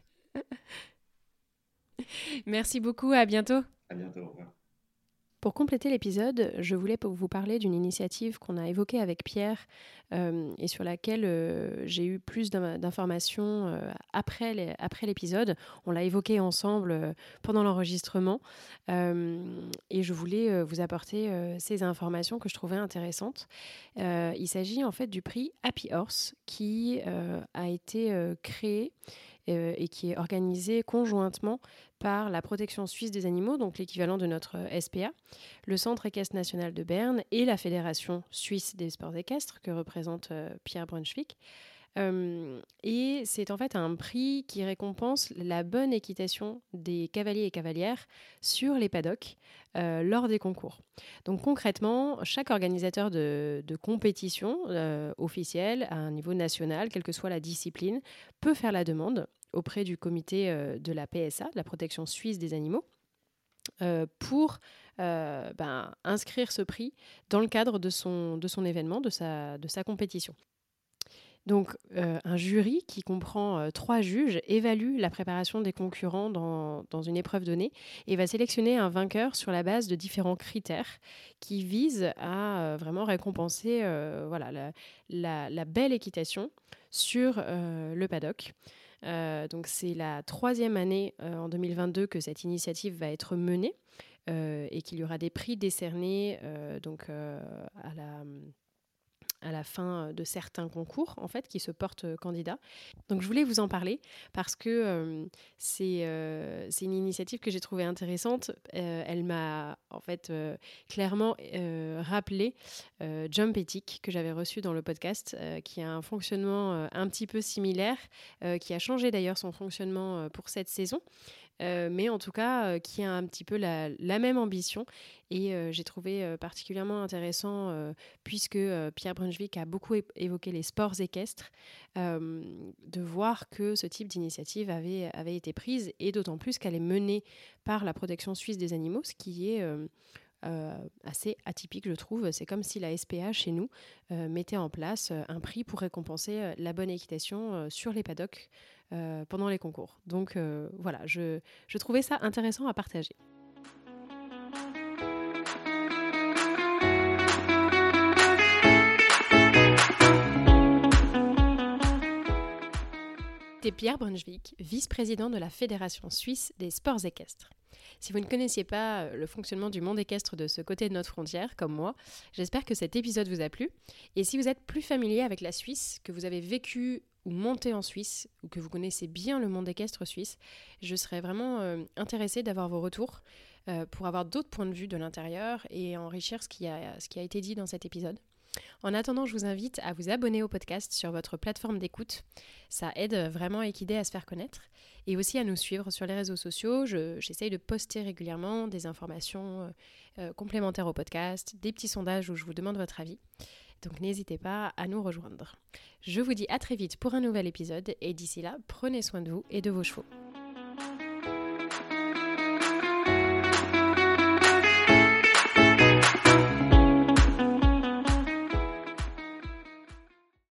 Merci beaucoup, à bientôt. À bientôt. Au revoir. Pour compléter l'épisode, je voulais vous parler d'une initiative qu'on a évoquée avec Pierre et sur laquelle j'ai eu plus d'informations après l'épisode. On l'a évoquée ensemble pendant l'enregistrement et je voulais vous apporter ces informations que je trouvais intéressantes. Il s'agit en fait du prix Happy Horse qui a été créé et qui est organisé conjointement par la Protection suisse des animaux, donc l'équivalent de notre SPA, le Centre équestre national de Berne et la Fédération suisse des sports équestres que représente Pierre Brunswick. Et c'est en fait un prix qui récompense la bonne équitation des cavaliers et cavalières sur les paddocks lors des concours. Donc concrètement, chaque organisateur de compétition officielle à un niveau national, quelle que soit la discipline, peut faire la demande auprès du comité de la PSA, de la protection suisse des animaux, pour inscrire ce prix dans le cadre de son événement, de sa compétition. Donc, un jury qui comprend 3 juges évalue la préparation des concurrents dans une épreuve donnée et va sélectionner un vainqueur sur la base de différents critères qui visent à vraiment récompenser la belle équitation sur le paddock. Donc, c'est la 3e année en 2022 que cette initiative va être menée et qu'il y aura des prix décernés à la fin de certains concours en fait qui se portent candidats. Donc je voulais vous en parler parce que c'est une initiative que j'ai trouvée intéressante. Elle m'a en fait clairement rappelé Jump Ethic que j'avais reçu dans le podcast qui a un fonctionnement un petit peu similaire, qui a changé d'ailleurs son fonctionnement pour cette saison. mais en tout cas qui a un petit peu la même ambition. Et j'ai trouvé particulièrement intéressant, puisque Pierre Brunswick a beaucoup évoqué les sports équestres, de voir que ce type d'initiative avait été prise, et d'autant plus qu'elle est menée par la protection suisse des animaux, ce qui est assez atypique, je trouve. C'est comme si la SPA chez nous mettait en place un prix pour récompenser la bonne équitation sur les paddocks pendant les concours. Donc voilà, je trouvais ça intéressant à partager. C'était Pierre Brunswick, vice-président de la Fédération suisse des sports équestres. Si vous ne connaissiez pas le fonctionnement du monde équestre de ce côté de notre frontière, comme moi, j'espère que cet épisode vous a plu. Et si vous êtes plus familier avec la Suisse, que vous avez vécu ou monté en Suisse, ou que vous connaissez bien le monde équestre suisse, je serais vraiment intéressée d'avoir vos retours pour avoir d'autres points de vue de l'intérieur et enrichir ce qui a été dit dans cet épisode. En attendant, je vous invite à vous abonner au podcast sur votre plateforme d'écoute. Ça aide vraiment Equidé à se faire connaître, et aussi à nous suivre sur les réseaux sociaux. J'essaye de poster régulièrement des informations complémentaires au podcast, des petits sondages où je vous demande votre avis. Donc n'hésitez pas à nous rejoindre. Je vous dis à très vite pour un nouvel épisode, et d'ici là, prenez soin de vous et de vos chevaux.